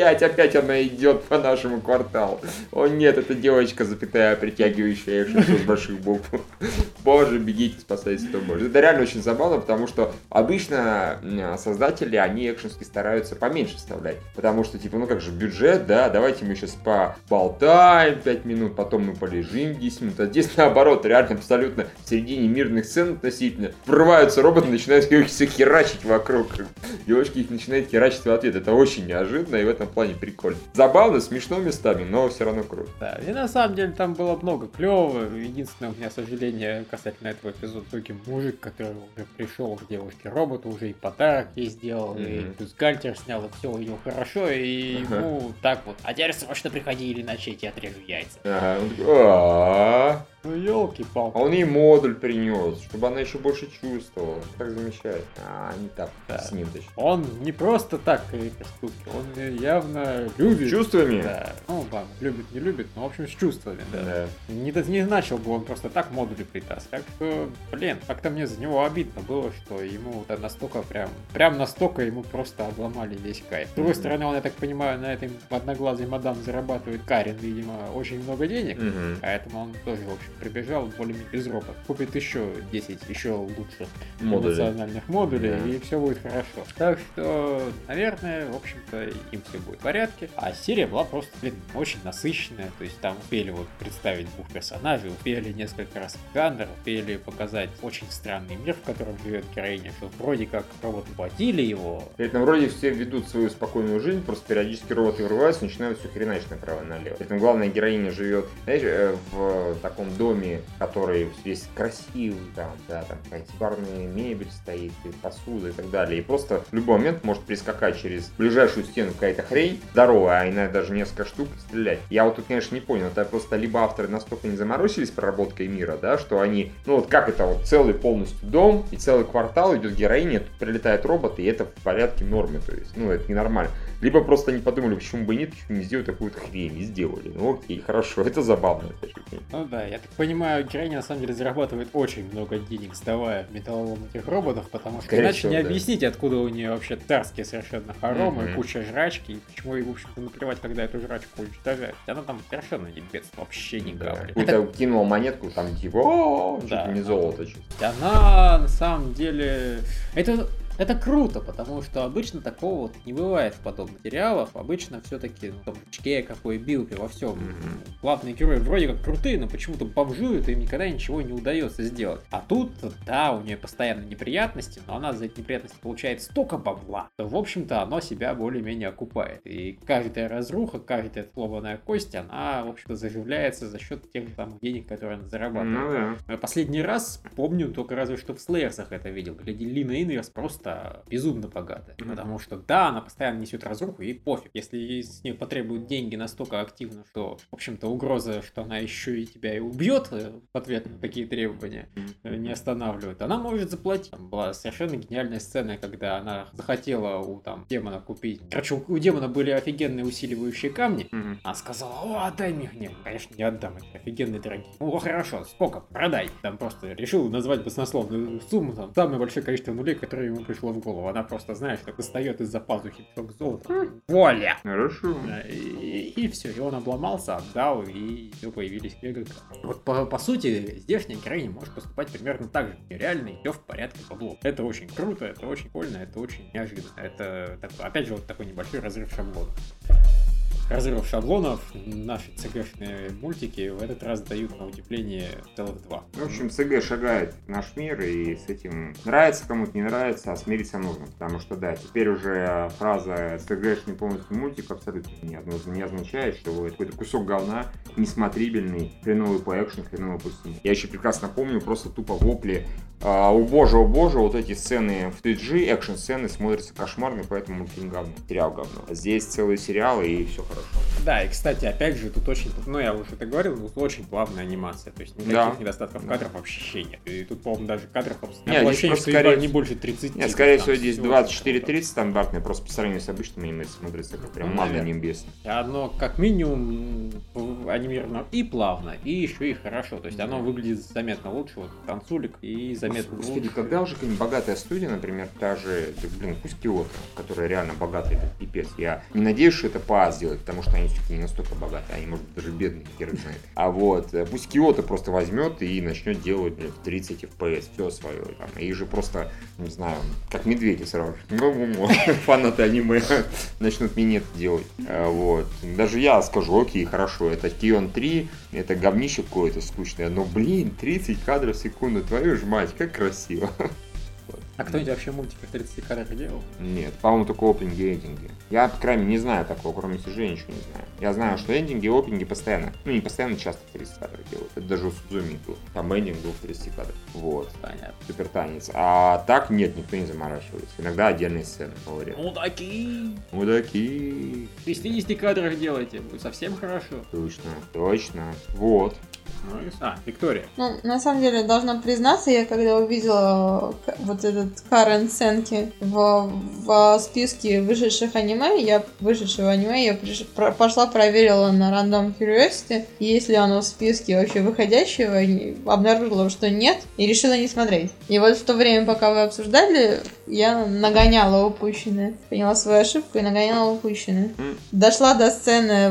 Опять, опять она идет по нашему кварталу. О нет, это девочка, запятая, притягивающая экшен с больших букв. Боже, бегите, спасайтесь, кто может. Это реально очень забавно, потому что обычно создатели, они экшенски стараются поменьше вставлять. Потому что, типа, ну как же, бюджет, да, давайте мы сейчас поболтаем пять минут, потом мы полежим десять минут. А здесь наоборот, реально абсолютно в середине мирных сцен относительно врываются роботы, начинают их все херачить вокруг. Девочки их начинают херачить в ответ. Это очень неожиданно и в этом плане прикольно. Забавно, смешно местами, но все равно круто. Да, и на самом деле там было много клевого. Единственное, у меня сожаление касательно этого эпизода, только мужик, который уже пришел к девушке-роботу, уже и подарок ей сделал, mm-hmm. и бюстгальтер снял, и все у него хорошо, и uh-huh. ему так вот. А теперь срочно приходи, или иначе я тебе отрежу яйца. Ага. Ну, елки-палки. А он ей модуль принес, чтобы она еще больше чувствовала. Так замечательно. А, не так, да. С ним точно. Он не просто так штуки, он явно любит. С чувствами? Да. Ну, да, любит, не любит, но, в общем, с чувствами, да. да. Не, не начал бы он просто так модули притаскивать. Так что, блин, как-то мне за него обидно было, что ему вот настолько прям, прям настолько ему просто обломали весь кайф. С другой mm-hmm. стороны, он, я так понимаю, на этой одноглазой мадам зарабатывает Карен, видимо, очень много денег, mm-hmm. поэтому он тоже, в общем, прибежал более-менее без робота. Купит еще десять, еще лучше модулей. Национальных модулей, yeah. и все будет хорошо. Так что, наверное, в общем-то, им все будет в порядке. А серия была просто, блин, очень насыщенная. То есть там успели вот представить двух персонажей, успели несколько раз жанр, успели показать очень странный мир, в котором живет героиня, что вроде как роботы платили его. При этом вроде все ведут свою спокойную жизнь, просто периодически роботы врываются, начинают все хреначить направо и налево. При этом главная героиня живет, знаешь, в таком доме, который весь красивый, там, да, там какая-то барная мебель стоит, и посуда и так далее. И просто в любой момент может прискакать через ближайшую стену какая-то хрень здоровая, а иногда даже несколько штук и стрелять. Я вот тут, конечно, не понял, это просто либо авторы настолько не заморочились проработкой мира, да, что они, ну вот как это вот целый полностью дом и целый квартал идет героиня, тут прилетает робот, и это в порядке нормы, то есть, ну это ненормально. Либо просто не подумали, почему бы нет, почему не сделать такую-то хрень, и сделали. Ну окей, хорошо, это забавно. Ну да, я так понимаю, героиня на самом деле зарабатывает очень много денег, сдавая в металлолом этих роботов, потому что иначе всего, не да. объяснить, откуда у нее вообще царские совершенно хоромы, mm-hmm. куча жрачки, и почему ей, в общем-то, наплевать, когда эту жрачку уничтожают. Она там совершенно не бедствует, вообще не гаврит. Да. Это... Это кинула монетку, там типа, о, чуть да, не золото. Чуть. Она на самом деле... Это... Это круто, потому что обычно такого вот не бывает в подобных сериалах. Обычно все-таки, ну, там, в Чке, какой Билпи, во всем. Mm-hmm. Главные герои вроде как крутые, но почему-то бомжуют, и им никогда ничего не удается сделать. А тут, да, у нее постоянно неприятности, но она за эти неприятности получает столько бабла, что, в общем-то, оно себя более-менее окупает. И каждая разруха, каждая сломанная кость, она, в общем-то, заживляется за счет тех самых денег, которые она зарабатывает. Mm-hmm. Последний раз, помню, только разве что в Слеерсах это видел, где Лина Инверс просто безумно богатая, mm-hmm. потому что да, она постоянно несет разруху, и пофиг, если с нее потребуют деньги настолько активно, что, в общем-то, угроза, что она еще и тебя и убьет в ответ на такие требования, mm-hmm. не останавливает, она может заплатить. Там была совершенно гениальная сцена, когда она захотела у там демона купить, короче, у, у демона были офигенные усиливающие камни, mm-hmm. она сказала, о, отдай мне их. Нет, конечно, не отдам, это офигенные дорогие. Ну, хорошо, сколько? Продай. Там просто решил назвать баснословную сумму, там, самое большое количество нулей, которые ему пришло в голову. Она просто, знаешь, так достает из-за пазухи мешок золота. Воля! Хорошо. И, и, и все, и он обломался, отдал, и все, появились ГГК. Вот по, по сути, здешняя героиня может поступать примерно так же. Реально идет в порядке бабло. Это очень круто, это очень больно, это очень неожиданно. Это, такой, опять же, вот такой небольшой разрыв шаблона. Разрыв шаблонов наши цгшные мультики в этот раз дают на удивление целых два. В общем, ЦГ шагает в наш мир, и с этим нравится кому-то, не нравится, а смириться нужно. Потому что, да, теперь уже фраза «цгшный полностью мультик» абсолютно не, не означает, что это какой-то кусок говна, несмотрибельный, хреновый по экшену, хреновый по стилю. Я еще прекрасно помню просто тупо вопли а, «О боже, о боже», вот эти сцены в ти джи, экшн-сцены смотрятся кошмарно, поэтому мультфильм говно, сериал говно. А здесь целый сериал, и все хорошо. хорошо. Да, и, кстати, опять же, тут очень, ну, я уже это говорил, тут очень плавная анимация, то есть никаких Да. недостатков кадров вообще нет. И тут, по-моему, даже кадров, Нет, такое здесь ощущение, просто что скорее- едва не больше тридцати. Нет, скорее там всего, здесь всего двадцать четыре такого. тридцать стандартные, просто по сравнению с обычным аниме смотрится как прям Ну, манна наверное. небесная. И оно как минимум м, анимировано и плавно, и еще и хорошо. То есть оно Да. выглядит заметно лучше, вот танцулик, и заметно Господи, лучше. когда уже какая-нибудь богатая студия, например, та же, да, блин, пусть Киото, которая реально богатая, это пипец. Я не надеюсь, что это ПА сделает, потому что они все-таки не настолько богатые, они, может быть, даже бедные, хер их знает. А вот, э, пусть Киото просто возьмет и начнет делать, блин, в тридцать эф пи эс, все свое. Там, и же просто, не знаю, как медведи сразу. Фанаты аниме начнут минет делать. А, вот. Даже я скажу, окей, хорошо, это Кион три, это говнище какое-то скучное, но, блин, тридцать кадров в секунду, твою ж мать, как красиво. А кто-нибудь вообще мультик в тридцати кадрах делал? Нет, по-моему, только опенинги и эндинги. Я, по крайней мере, не знаю такого, кроме си джи я ничего не знаю. Я знаю, что эндинги и опенинги постоянно, ну не постоянно, часто в тридцать кадров делают. Это даже у Судзуми был. Там эндинг был в тридцати кадрах. Вот. Понятно. Супер танец. А так нет, никто не заморачивается. Иногда отдельные сцены, говорят. Мудаки! Мудаки. В пятидесяти кадрах делайте, будет совсем хорошо. Точно, точно. Вот. Ну и- А, Виктория. Ну, на самом деле, должна признаться, я когда увидела к- вот этот Карен Сенки в, в списке вышедших аниме, я вышедшего аниме, я приш- про- пошла проверила на Random Curiosity, и если оно в списке вообще выходящего, и обнаружила, что нет, и решила не смотреть. И вот в то время, пока вы обсуждали, я нагоняла упущенное. Поняла свою ошибку и нагоняла упущенное. М. Дошла до сцены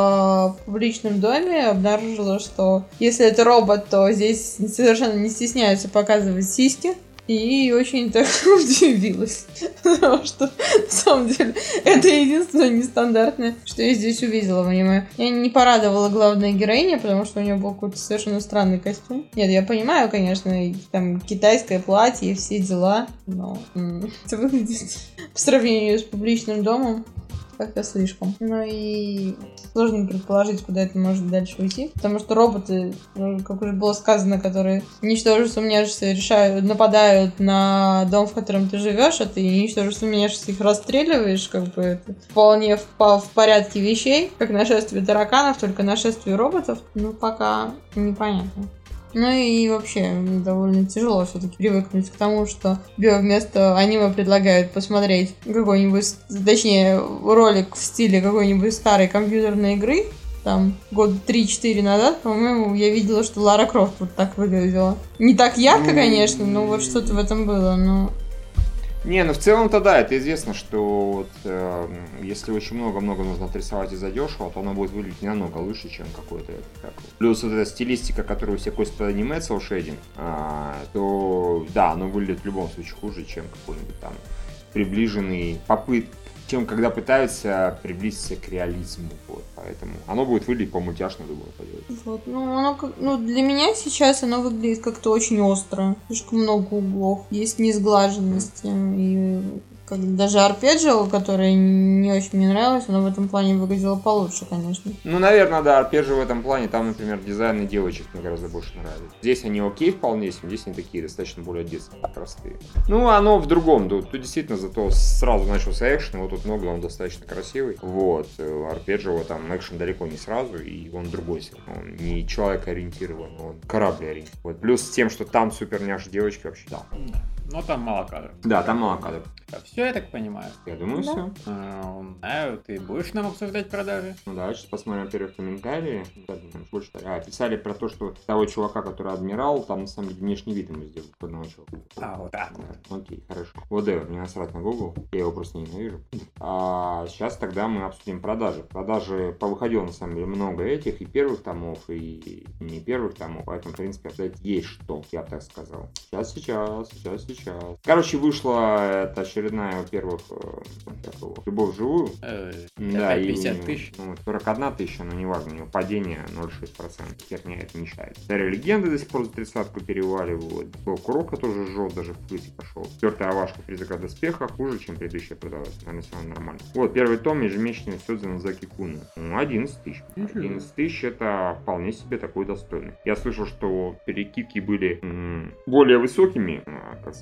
в публичном доме, обнаружила, что если это робот, то здесь совершенно не стесняются показывать сиськи. И очень так удивилась. Потому что, на самом деле, это единственное нестандартное, что я здесь увидела в аниме. Я не порадовала главная героиня, потому что у нее был какой-то совершенно странный костюм. Нет, я понимаю, конечно, и там китайское платье и все дела, но м, это выглядит по сравнению с публичным домом как-то слишком. Ну и сложно предположить, куда это может дальше уйти. Потому что роботы, ну, как уже было сказано, которые ничтоже сумняшися решают, нападают на дом, в котором ты живешь, а ты ничтоже сумняшися их расстреливаешь, как бы это вполне в, по- в порядке вещей, как нашествие тараканов, только нашествие роботов. Ну, пока непонятно. Ну и вообще довольно тяжело все-таки привыкнуть к тому, что тебе вместо аниме предлагают посмотреть какой-нибудь, точнее, ролик в стиле какой-нибудь старой компьютерной игры. Там год три-четыре назад, по-моему, я видела, что Лара Крофт вот так выглядела. Не так ярко, конечно, но вот что-то в этом было, но... Не, ну в целом-то да, это известно, что вот, э, если очень много-много нужно отрисовать и задешево, то оно будет выглядеть не намного лучше, чем какой-то как... Плюс вот эта стилистика, которая у всех косит под аниме, селшейдинг, а, то да, оно выглядит в любом случае хуже, чем какой-нибудь там приближенный попыт, чем когда пытаются приблизиться к реализму. Вот, поэтому оно будет выглядеть по-мультяшно, думаю, пойдет. Вот, ну, оно, как- ну, для меня сейчас оно выглядит как-то очень остро. Слишком много углов. Есть несглаженности. И как даже арпеджио, которое не очень мне нравилось, оно в этом плане выглядело получше, конечно. Ну, наверное, да, арпеджио в этом плане, там, например, дизайны девочек мне гораздо больше нравятся. Здесь они окей вполне себе, здесь они такие достаточно более детские, простые. Ну, оно в другом, тут, тут действительно зато сразу начался экшен, вот тут много, он достаточно красивый. Вот, э, арпеджио там экшен далеко не сразу, и он другой, он не человек-ориентирован, он корабль-ориентирован. Вот, плюс с тем, что там супер няши девочки вообще, да. Да. Но там мало кадров. Да, там мало кадров. Все, я так понимаю. Я думаю, Да. все. А, Знаю, ты будешь нам обсуждать продажи? Ну да, сейчас посмотрим первые комментарии. Да, там больше... А, писали про то, что того чувака, который адмирал, там на самом деле внешний вид ему сделали одного чувака. А, вот так вот. Да, окей, хорошо. Whatever, не насрать на Google, я его просто ненавижу. А сейчас тогда мы обсудим продажи. Продажи повыходило на самом деле много этих, и первых томов, и не первых томов, поэтому, в принципе, обсуждать есть что, я бы так сказал. Сейчас, сейчас, сейчас, сейчас. Короче, вышла это очередная, во-первых, э, как его, «Любовь вживую». Э, Да, опять и пятьдесят тысяч. ну, сорок одна тысяча, но неважно, у него падение ноль целых шесть десятых процента. Херня это мешает. Старые легенды до сих пор за тридцатку переваливают. Был Курока тоже жжет, даже в плюсе пошел. Четвертая Авашка «Призрак доспеха» хуже, чем предыдущая продалась. Наверное, все равно нормально. Вот, первый том ежемесячный создан Заки Куна. Ну, одиннадцать тысяч. одиннадцать тысяч это вполне себе такой достойный. Я слышал, что перекидки были м- более высокими, а, как сказать,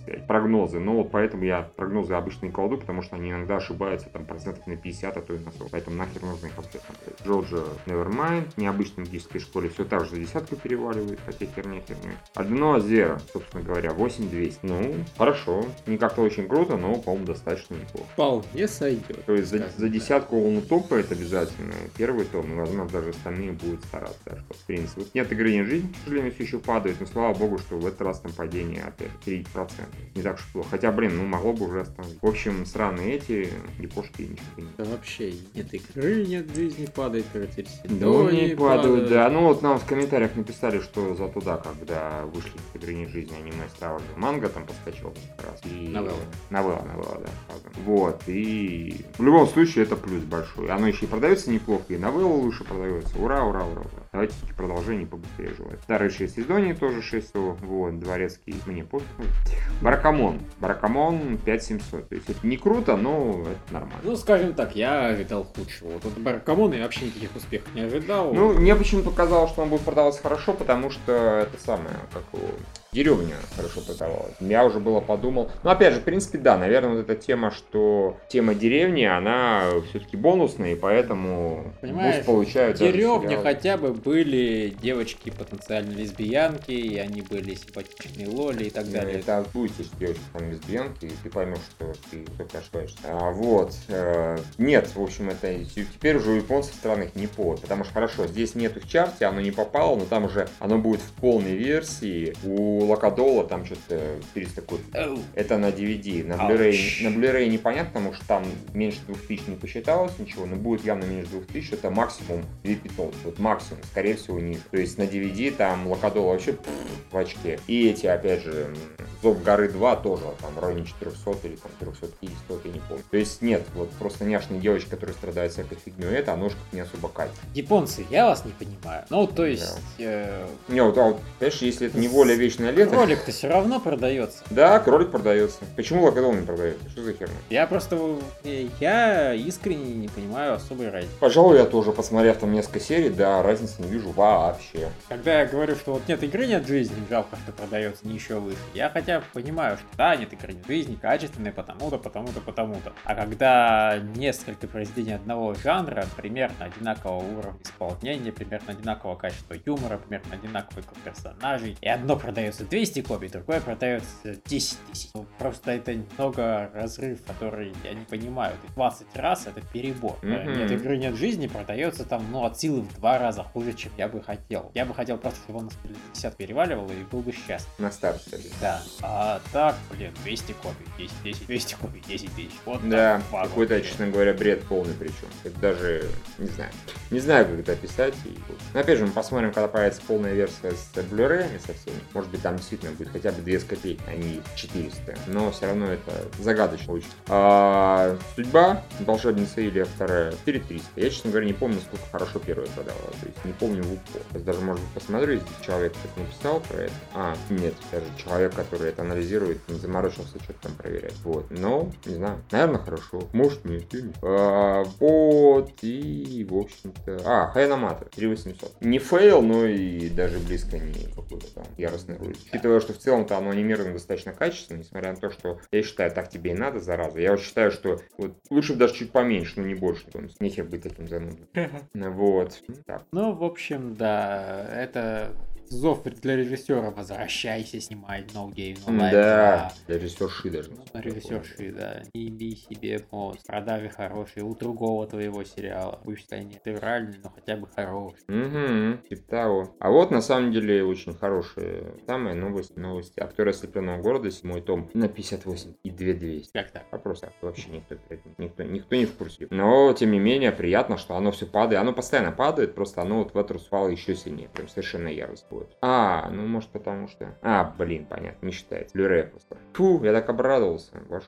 двадцать пять. Прогнозы. Но вот поэтому я прогнозы обычно не кладу, потому что они иногда ошибаются там процентов на пятьдесят, а то и на сорок. Поэтому нахер нужно их вообще смотреть. Джорджа Nevermind. Необычной магической школе все так же за десятку переваливает, хотя херня херня. Одно Зера, собственно говоря, восемь двести. Ну, хорошо. Не как-то очень круто, но, по-моему, достаточно неплохо. Вполне сойдет. То есть за, за десятку он топает обязательно. Первый том, и, возможно, даже остальные будут стараться. Так что, в принципе, вот нет игры, нет жизни, к сожалению, все еще падает. Но слава богу, что в этот раз там падение опять тридцать процентов. Не так уж плохо. Хотя, блин, ну могло бы уже остановить. В общем, сраные эти япошки ничего не. Да вообще нет игры, нет жизни, падает каратель. Да не падают, да. Ну вот нам в комментариях написали, что зато да, когда вышли в игры нет жизни аниме стало, манга там подскочил как раз. И... Новелла. Новелла, новелла, да. Вот. И в любом случае это плюс большой. Оно еще и продается неплохо, и новелла лучше продается. Ура, ура, ура, ура. Давайте таки продолжение побыстрее желать. Вторые шесть сезонов тоже шесть. Вот, дворецкий мне пофиг. Баракамон. Баракамон пять семьсот. То есть это не круто, но это нормально. Ну, скажем так, я ожидал худшего. Вот от Баракамона я вообще никаких успехов не ожидал. Ну, мне почему-то казалось, что он будет продаваться хорошо, потому что это самое, как его... Деревня хорошо продавалась. Я уже было подумал. Ну, опять же, в принципе, да, наверное, вот эта тема, что тема деревни, она все-таки бонусная, и поэтому понимаешь, получают. В деревне хотя бы были девочки потенциально лесбиянки, и они были симпатичные лоли и так далее. Это будет, если девочки там лесбиянки, и ты поймешь, что ты только ошибаешься. А, вот. Э, нет, в общем, это теперь уже у японцев странных не повод, потому что хорошо, здесь нету в чарте, оно не попало, но там уже оно будет в полной версии. У Локадола там что-то четыреста копий. Oh. Это на ди ви ди. На Blu-ray, на Blu-ray непонятно, потому что там меньше двух тысяч не посчиталось ничего, но будет явно меньше двух тысяч. Это максимум две тысячи пятьсот. Вот максимум, скорее всего, ниже. То есть на ди ви ди там Локадол вообще пфф, в очке. И эти, опять же, Зов горы два тоже там в районе четырехсот или там трехсот пятьдесят, я не помню. То есть нет, вот просто няшные девочки, которые страдают всякой фигней, это, оно же не особо катит. Японцы, я вас не понимаю. Ну, то есть... Да. Э... Не, вот, а вот, понимаешь, если это не воля вечная лето... Кролик-то все равно продается. Да, кролик продается. Почему Локадол не продается? Что за херня? Я просто... Я искренне не понимаю особой разницы. Пожалуй, я тоже, посмотрев там несколько серий, да, разницы не вижу вообще. Когда я говорю, что вот нет игры, нет жизни, жалко, что продается не еще выше. Я хотя бы понимаю, что да, нет игры, нет жизни, качественные потому-то, потому-то, потому-то. А когда несколько произведений одного жанра, примерно одинакового уровня исполнения, примерно одинакового качества юмора, примерно одинаковый круг персонажей, и одно продается двести копий, другое продается десять тысяч. Ну, просто это немного разрыв, который я не понимаю. двадцать раз это перебор. Mm-hmm. Нет игры, нет жизни, продается там, ну, от силы в два раза хуже, чем я бы хотел. Я бы хотел просто, чтобы он на пятьдесят переваливал и был бы счастлив. На старте. Да. А так, блин, двести копий, десять, десять, двести копий, десять тысяч. Вот да, какой-то, честно говоря, бред полный причем. Это даже, не знаю, не знаю, как это описать. И... Но опять же, мы посмотрим, когда появится полная версия с Blu-ray со всеми. Может быть, там действительно будет хотя бы две копейки, а не четыреста. Но все равно это загадочно очень. А, судьба волшебница Илия вторая четыре тысячи триста. Я, честно говоря, не помню, сколько хорошо первая продала. То есть не помню в упор. То есть даже, может быть, посмотрю, если человек кто-то написал про это. А, нет, даже человек, который это анализирует, не заморочился что-то там проверять. Вот. Но, не знаю, наверное, хорошо. Может, нет. А, вот. И, в общем-то... А, Хайнамата три тысячи восемьсот. Не фейл, но и даже близко не какой-то там яростный ролик. Учитывая, что в целом-то оно анимировано достаточно качественно, несмотря на то, что я считаю, так тебе и надо, зараза. Я вот считаю, что вот лучше бы даже чуть поменьше, но не больше. Нехер быть таким занудом. Вот. Так. Ну, в общем, да, это... Зов для режиссера: возвращайся, снимай No Game No Life. Да, для режиссерши даже. Ну, режиссерши, да. Не би себе мост. Продажи хорошие у другого твоего сериала. Пусть они натуральные, но хотя бы хорошие. Угу, типа того. А вот на самом деле очень хорошая самая новость. Новости. Актеры ослепленного города, седьмой том на пятьдесят восемь и две тысячи двести. Как так? Вопрос так. Вообще никто, никто, никто не в курсе. Но, тем не менее, приятно, что оно все падает. Оно постоянно падает, просто оно вот в эту упало еще сильнее. Прям совершенно ярость будет. А, ну может потому что... А, блин, понятно, не считается. Blu-ray просто. Фу, я так обрадовался. Боже мой.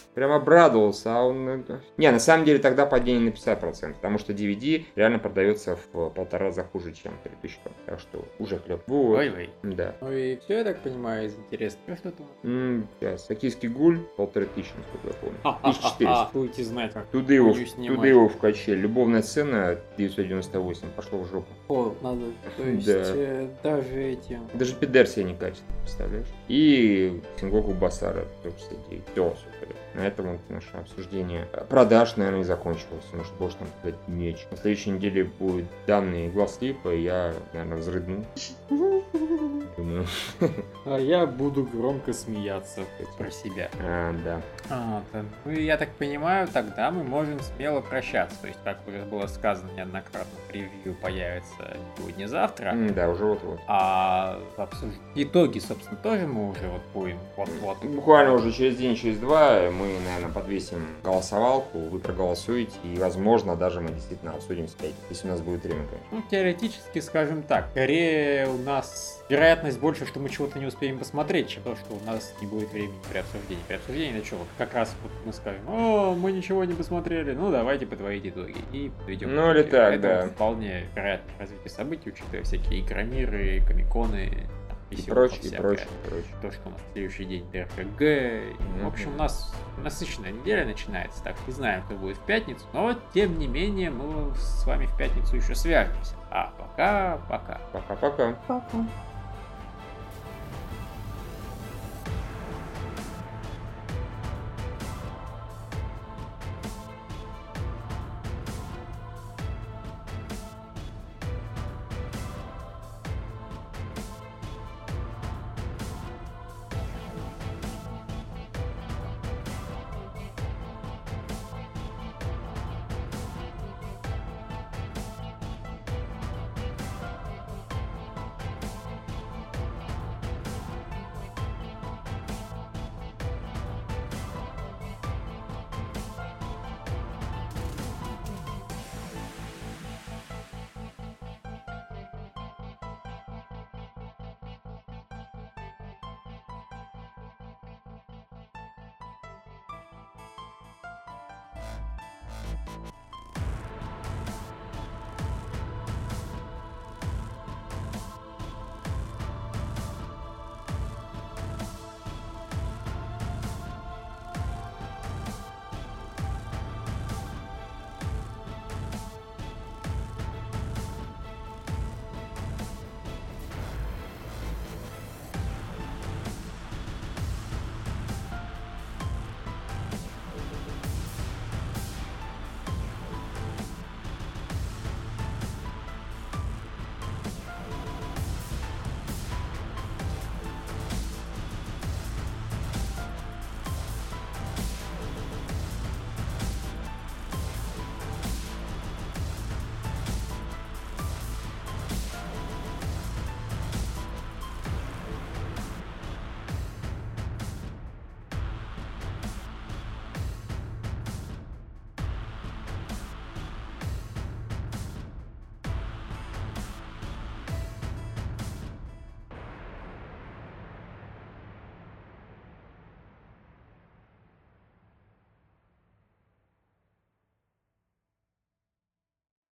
прям обрадовался, а он... Не, на самом деле тогда падение на пятьдесят процентов, потому что ди ви ди реально продается в полтора раза хуже, чем три тысячи. Так что уже клёв. Вот. Ой-ой. Да. Ну и все, я так понимаю, из интересного. Что тут? М, Сейчас. Токийский гуль, полторы тысячи, насколько я помню. тысяча четыреста. Будете знать, как Туда его, хуйню снимать. туда его в каче. Любовная сцена девятьсот девяносто восемь. Пошло в жопу. О, надо. То есть Да. э, даже этим. Даже Пидер себе не качает, представляешь? И Сенгоку Басара сто шестьдесят девять. Все, супер. На этом вот наше обсуждение продаж, наверное, и закончилось. Может, больше там сказать нечего. На следующей неделе будут данные глазлипа, и я, наверное, взрыдну. Думаю. А я буду громко смеяться про себя. А, да. А, да. Ну, и я так понимаю, тогда мы можем смело прощаться. То есть, как уже было сказано неоднократно, превью появится сегодня-завтра. М, Да, уже вот-вот. А обсуж- итоги, собственно, тоже мы уже вот будем вот-вот. Буквально уже через день, через два мы, наверное, подвесим голосовалку, вы проголосуете, и, возможно, даже мы действительно обсудим спять, если у нас будет время, конечно. Ну, теоретически, скажем так, скорее у нас вероятность больше, что мы чего-то не успеем посмотреть, чем то, что у нас не будет времени при обсуждении. При обсуждении, это что, вот как раз вот мы скажем, о, мы ничего не посмотрели, ну давайте подводить итоги. И подведем Ну, или итоги. так, Это да. вот вполне вероятное развитие событий, учитывая всякие игромиры, комиконы, И веселуха прочее, и всякая. прочее, и прочее. То, что у нас следующий день эр пэ гэ. В общем, Мгм. у нас насыщенная неделя начинается, так не знаем, кто будет в пятницу, но тем не менее мы с вами в пятницу еще свяжемся. А пока, пока. Пока-пока. Пока.